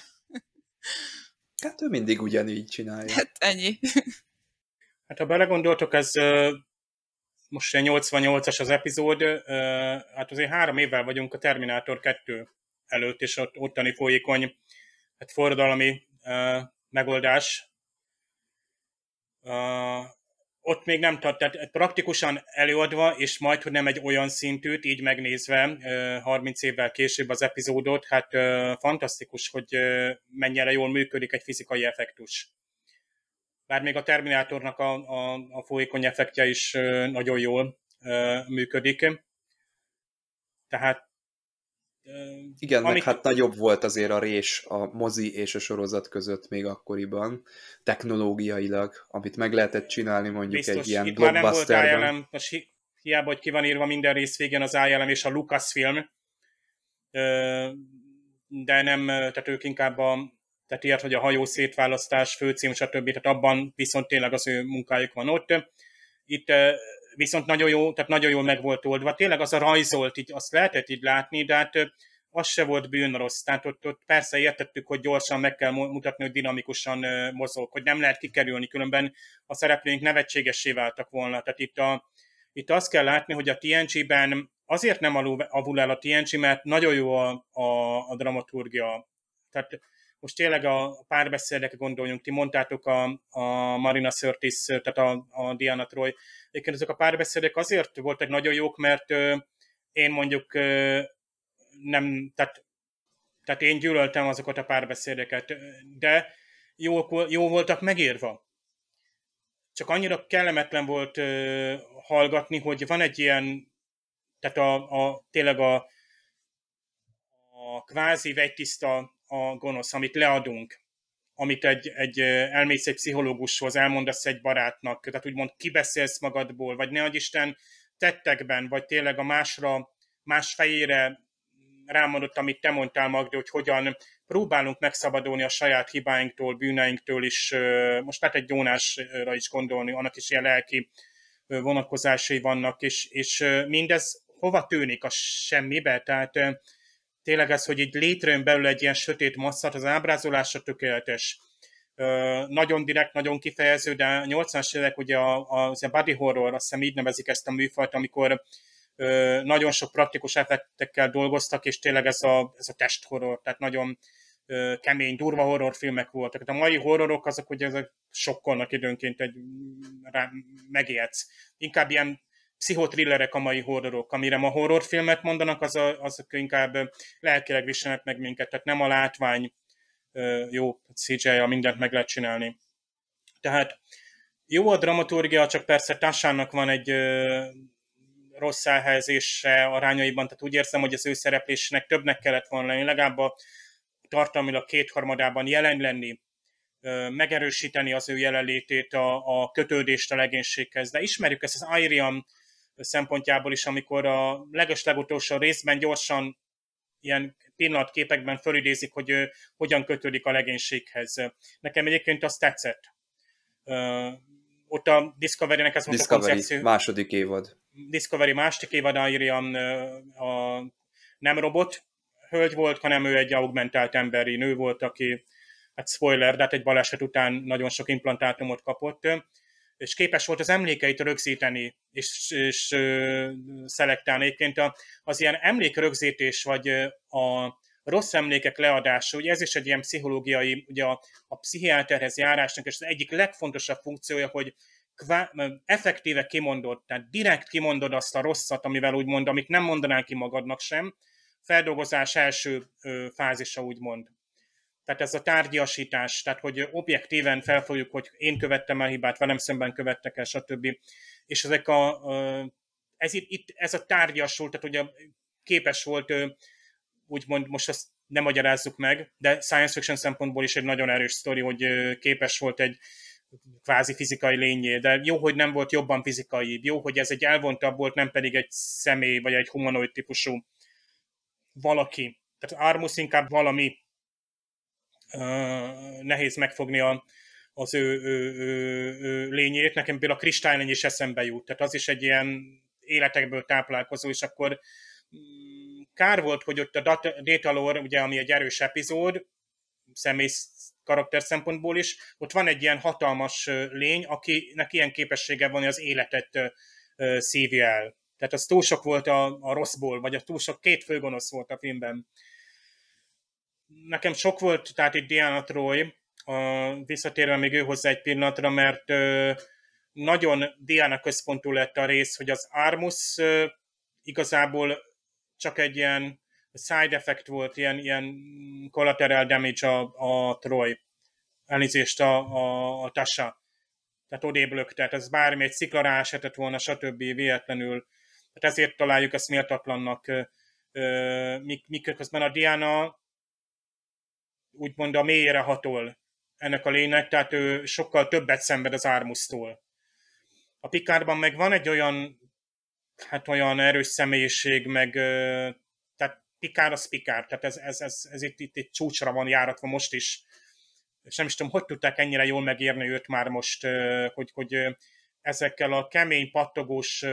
Hát ő mindig ugyanígy csinálja. Hát ennyi. Hát ha belegondoltok, ez most nyolcvannyolcas az epizód, hát azért három évvel vagyunk a Terminátor kettő előtt, és ott, ottani folyékony hát forradalmi uh, megoldás. Uh, ott még nem tart, tehát praktikusan előadva, és majd, hogy nem egy olyan szintűt, így megnézve uh, harminc évvel később az epizódot, hát uh, fantasztikus, hogy uh, mennyire jól működik egy fizikai effektus. Bár még a Terminátornak a, a, a folyékony effektje is uh, nagyon jól uh, működik. Tehát igen, amik... meg hát nagyobb volt azért a rés a mozi és a sorozat között még akkoriban, technológiailag, amit meg lehetett csinálni mondjuk biztos, egy ilyen itt már nem volt I blockbusterben. L M, most hi- hiába, hogy ki van írva minden rész végén az I L M és a Lucasfilm, de nem, tehát ők inkább a, tehát ilyet, hogy a hajó szétválasztás, főcím, stb. Tehát abban viszont tényleg az ő munkájuk van ott. Itt viszont nagyon jó, tehát nagyon jól meg volt oldva. Tényleg az a rajzolt, így azt lehetett így látni, de hát az se volt bűnrossz. Tehát ott, ott persze értettük, hogy gyorsan meg kell mutatni, hogy dinamikusan mozog, hogy nem lehet kikerülni, különben a szereplőink nevetségessé váltak volna. Tehát itt, a, itt azt kell látni, hogy a T N G-ben azért nem avul el a T N G, mert nagyon jó a, a, a dramaturgia. Tehát most tényleg a párbeszédekre gondoljunk, ti mondtátok a, a Marina Sirtis, tehát a, a Diana Troy. Egyébként ezek a párbeszédek azért voltak nagyon jók, mert ö, én mondjuk ö, nem, tehát, tehát én gyűlöltem azokat a párbeszédeket, de jó, jó voltak megírva. Csak annyira kellemetlen volt ö, hallgatni, hogy van egy ilyen, tehát a, a, tényleg a, a kvázi vegytiszta a gonosz, amit leadunk. amit egy, egy elmész egy pszichológushoz, elmondasz egy barátnak, tehát úgymond kibeszélsz magadból, vagy ne adj Isten tettekben, vagy tényleg a másra, más fejére rámondott, amit te mondtál, Magdi, hogy hogyan próbálunk megszabadulni a saját hibáinktól, bűneinktől is. Most lehet egy Jónásra is gondolni, annak is ilyen lelki vonatkozásai vannak, és, és mindez hova tűnik? A semmibe? Tehát tényleg ez, hogy így létrejön belőle egy ilyen sötét masszat, az ábrázolása tökéletes. Nagyon direkt, nagyon kifejező, de a nyolcvanas évek ugye a, a, a body horror, azt hiszem így nevezik ezt a műfajt, amikor nagyon sok praktikus effektekkel dolgoztak, és tényleg ez a, ez a testhorror, tehát nagyon kemény, durva horrorfilmek voltak. A mai horrorok azok, hogy ezek sokkolnak időnként, egy, rá, megijedsz. Inkább ilyen pszichotrillerek a mai horrorok. Amire ma horrorfilmet mondanak, az a, azok inkább lelkileg viselnek meg minket, tehát nem a látvány jó, cé gé í-jal mindent meg lehet csinálni. Tehát jó a dramaturgia, csak persze Tassának van egy rossz elhelyezése arányaiban, tehát úgy érzem, hogy az ő szereplésnek többnek kellett volna lenni, legalább a tartalmilag kétharmadában jelen lenni, megerősíteni az ő jelenlétét, a, a kötődést a legénységhez. De ismerjük ezt az Airiam szempontjából is, amikor a legeslegutolsó részben gyorsan ilyen pillanatképekben fölidézik, hogy ő hogyan kötődik a legénységhez. Nekem egyébként az tetszett. Ott a Discovery-nek ez volt Discovery, a koncepció. második évad. Discovery második évad, Airiam a nem robot hölgy volt, hanem ő egy augmentált emberi nő volt, aki, hát spoiler, de hát egy baleset után nagyon sok implantátumot kapott, és képes volt az emlékeit rögzíteni, és, és ö, szelektálni. Egyébként az ilyen emlékrögzítés, vagy a rossz emlékek leadása, ugye ez is egy ilyen pszichológiai, ugye a, a pszichiáterhez járásnak, és az egyik legfontosabb funkciója, hogy kvá, effektíve kimondod, tehát direkt kimondod azt a rosszat, amivel úgy mond, amit nem mondanál ki magadnak sem, feldolgozás első ö, fázisa, úgymond. Tehát ez a tárgyasítás, tehát hogy objektíven felfogjuk, hogy én követtem el hibát, velem szemben követtek el, stb. És ezek a, ez, itt, ez a tárgyasult, tehát ugye képes volt, úgymond most azt nem magyarázzuk meg, de science fiction szempontból is egy nagyon erős sztori, hogy képes volt egy kvázi fizikai lényé, de jó, hogy nem volt jobban fizikai, jó, hogy ez egy elvontabb volt, nem pedig egy személy, vagy egy humanoid típusú valaki. Tehát Armus inkább valami, uh, nehéz megfogni a, az ő, ő, ő, ő lényét. Nekem például a kristálylény is eszembe jut. Tehát az is egy ilyen életekből táplálkozó, és akkor um, kár volt, hogy ott a Data Lore, ugye, ami egy erős epizód, személy karakter szempontból is, ott van egy ilyen hatalmas lény, akinek ilyen képessége van, hogy az életet uh, szívja el. Tehát az túl sok volt a, a rosszból, vagy a túl sok két főgonosz volt a filmben. Nekem sok volt, tehát itt Deanna Troi, a, visszatérve még ő hozzá egy pillanatra, mert ö, nagyon Deanna központú lett a rész, hogy az Armus ö, igazából csak egy ilyen side effect volt, ilyen, ilyen collateral damage a, a Troi. Elnézést a, a, a Tasha. Tehát odébb lök, tehát ez bármi egy sziklará esetett volna, stb. Véletlenül. Tehát ezért találjuk ezt méltatlannak, miközben a Deanna úgymond a mélyére hatol ennek a lénynek, tehát ő sokkal többet szenved az Armustól. A Picardban meg van egy olyan, hát olyan erős személyiség, meg tehát Picard az Picard, tehát ez, ez, ez, ez itt, itt egy csúcsra van járatva most is. És nem is tudom, hogy tudták ennyire jól megérni őt már most, hogy, hogy ezekkel a kemény, pattogós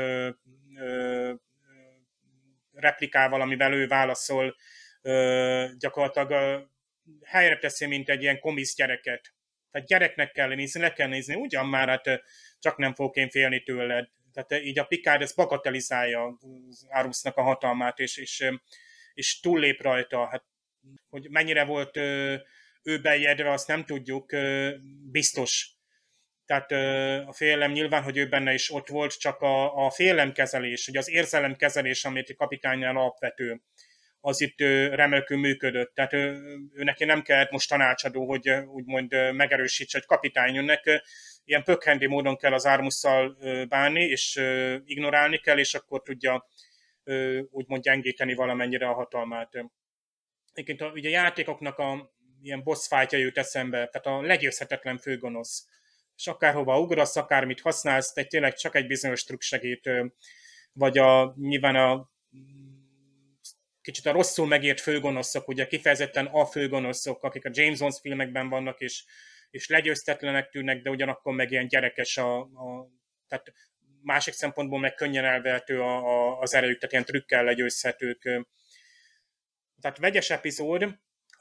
replikával, amivel ő válaszol, gyakorlatilag helyre teszi, mint egy ilyen komisz gyereket. Tehát gyereknek kell nézni, le kell nézni, ugyan már, hát csak nem fogok én félni tőled. Tehát így a Picard ezt bagatelizálja az Armusnak a hatalmát, és, és, és túllép rajta. Hát, hogy mennyire volt ő bejegyedve, azt nem tudjuk, biztos. Tehát a félelem nyilván, hogy ő benne is ott volt, csak a, a félelemkezelés, hogy az érzelemkezelés, amit a kapitánynál alapvető, az itt remekül működött. Tehát ő, ő neki nem kellett most tanácsadó, hogy úgymond megerősítse, hogy kapitány önnek ilyen pökhendi módon kell az Armusszal bánni, és ignorálni kell, és akkor tudja úgymond gyengíteni valamennyire a hatalmát. Egyébként ugye a játékoknak a ilyen boss fightja jut eszembe, tehát a legyőzhetetlen főgonosz. És akárhova ugrasz, akármit használsz, egy tényleg csak egy bizonyos trükk segít, vagy a, nyilván a kicsit a rosszul megírt főgonoszok, ugye kifejezetten a főgonoszok, akik a James Bond filmekben vannak, és, és legyőztetlenek tűnnek, de ugyanakkor meg ilyen gyerekes a, a tehát másik szempontból meg könnyen elvehető a, a, az erejük, tehát ilyen trükkel legyőzhetők. Tehát vegyes epizód,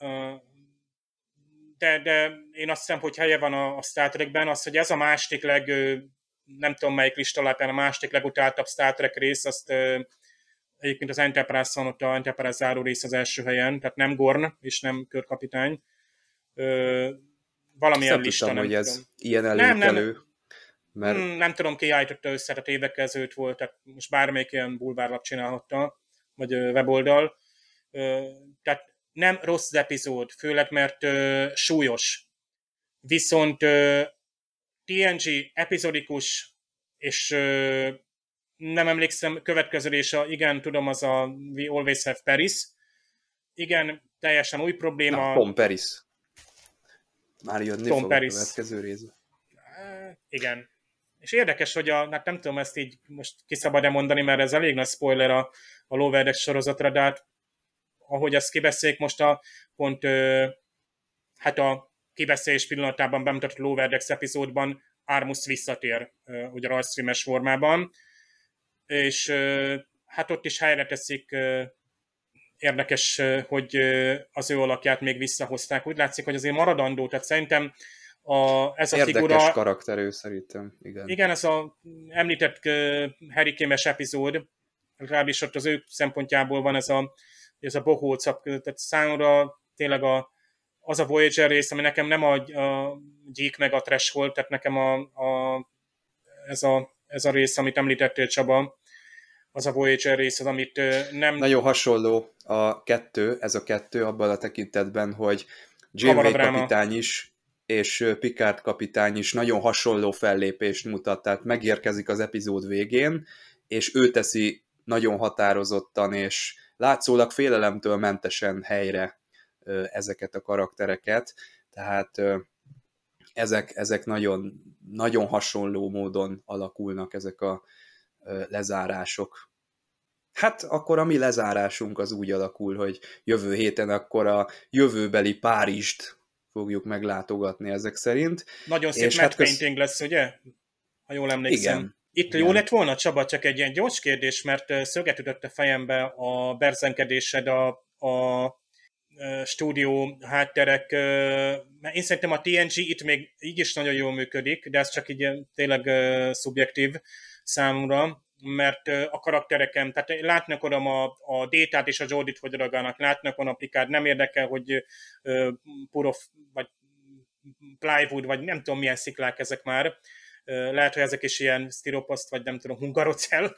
de, de én azt hiszem, hogy helye van a, a Star Trekben, az, hogy ez a második leg, nem tudom melyik lista alapján, a második legutáltabb Star Trek rész, azt egyébként az Enterprise van, ott a Enterprise záró rész az első helyen, tehát nem Gorn, és nem körkapitány. Valamilyen nem lista, tudtam, nem hogy tudom. ez ilyen előkelő. Mert... Hmm, nem tudom, ki állította össze, tehát évek ezelőtt volt, tehát most bármelyik ilyen bulvárlap csinálhatta, vagy weboldal. Tehát nem rossz az epizód, főleg mert uh, súlyos. Viszont uh, té en gé epizodikus, és uh, nem emlékszem, következő része, igen, tudom, az a We Always Have Paris. Igen, teljesen új probléma. Na, Tom Paris. Már jönni Tom fog Paris. A következő rész. Uh, igen. És érdekes, hogy a, hát nem tudom ezt így most ki szabad-e mondani, mert ez elég nagy spoiler a, a Lower Decks sorozatra, de hát ahogy ezt kibeszéljük most a pont ö, hát a kibeszélés pillanatában bemutatott Lower Decks epizódban Armus visszatér ö, ugye rajzfilmes formában, és ö, hát ott is helyre teszik, ö, érdekes, ö, hogy ö, az ő alakját még visszahozták. Úgy látszik, hogy azért maradandó, tehát szerintem a, ez a érdekes figura... karakterő szerintem, igen. Igen, ez a említett uh, Harry Kane-es epizód, legalábbis ott az ő szempontjából van ez a, ez a bohóc, tehát számomra tényleg a, az a Voyager rész, ami nekem nem a, a gyík meg a trash volt, tehát nekem a, a, ez, a, ez a rész, amit említettél, Csaba, az a Voyager rész, az, amit uh, nem... Nagyon hasonló a kettő, ez a kettő abban a tekintetben, hogy Janeway kapitány is és Picard kapitány is nagyon hasonló fellépést mutat, tehát megérkezik az epizód végén, és ő teszi nagyon határozottan, és látszólag félelemtől mentesen helyre ezeket a karaktereket, tehát ezek, ezek nagyon, nagyon hasonló módon alakulnak ezek a lezárások. Hát akkor a mi lezárásunk az úgy alakul, hogy jövő héten akkor a jövőbeli Párizst fogjuk meglátogatni ezek szerint. Nagyon szép matte hát painting köz... lesz, ugye? Ha jól emlékszem. Igen. Itt Igen. Jó lett volna, Csaba, csak egy ilyen gyors kérdés, mert szöget ütött a fejembe a berzenkedésed a, a stúdió hátterek. Én szerintem a té en gé itt még így is nagyon jól működik, de ez csak így tényleg szubjektív számomra, mert a karaktereken, tehát látnak oda a, a Détát és a Jordit, hogy reagálnak, látnak oda a Picard, nem érdekel, hogy uh, Purof, vagy Plywood, vagy nem tudom milyen sziklák ezek már, uh, lehet, hogy ezek is ilyen sztiroposzt, vagy nem tudom, hungarocell.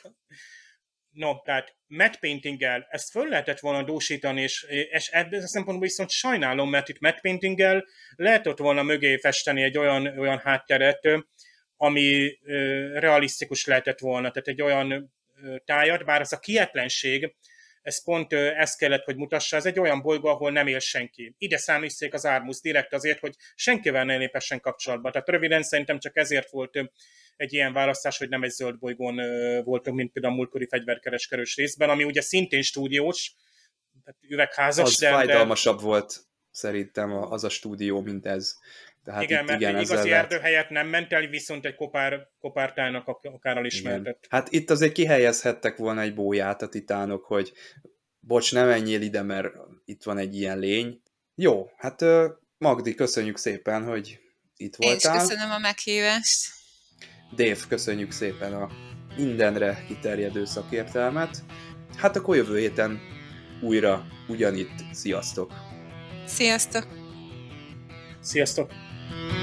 No, tehát matte paintinggel ezt föl lehetett volna dúsítani, és, és ebből a szempontból viszont sajnálom, mert itt matte paintinggel lehetett volna mögé festeni egy olyan, olyan hátteret, ami ö, realisztikus lehetett volna, tehát egy olyan ö, tájat, bár az a kietlenség, ez pont ö, ezt kellett, hogy mutassa, ez egy olyan bolygó, ahol nem él senki. Ide számítszik az Armus direkt azért, hogy senkivel ne lépessen kapcsolatba. Tehát röviden szerintem csak ezért volt ö, egy ilyen választás, hogy nem egy zöld bolygón ö, voltunk, mint például a múltkori fegyverkereskedős részben, ami ugye szintén stúdiós, tehát üvegházas. Az de, fájdalmasabb de... volt szerintem az a stúdió, mint ez. Tehát igen, itt, mert igen, egy igazi lehet... erdő helyett nem ment el, viszont egy kopár, kopártájnak akár elismertett. Hát itt azért kihelyezhettek volna egy bóját a titánok, hogy bocs, ne menjél ide, mert itt van egy ilyen lény. Jó, hát Magdi, köszönjük szépen, hogy itt voltál. Én is köszönöm a meghívást. Dave, köszönjük szépen a mindenre kiterjedő szakértelmet. Hát akkor jövő héten újra ugyanitt. Sziasztok! Sziasztok! Sziasztok!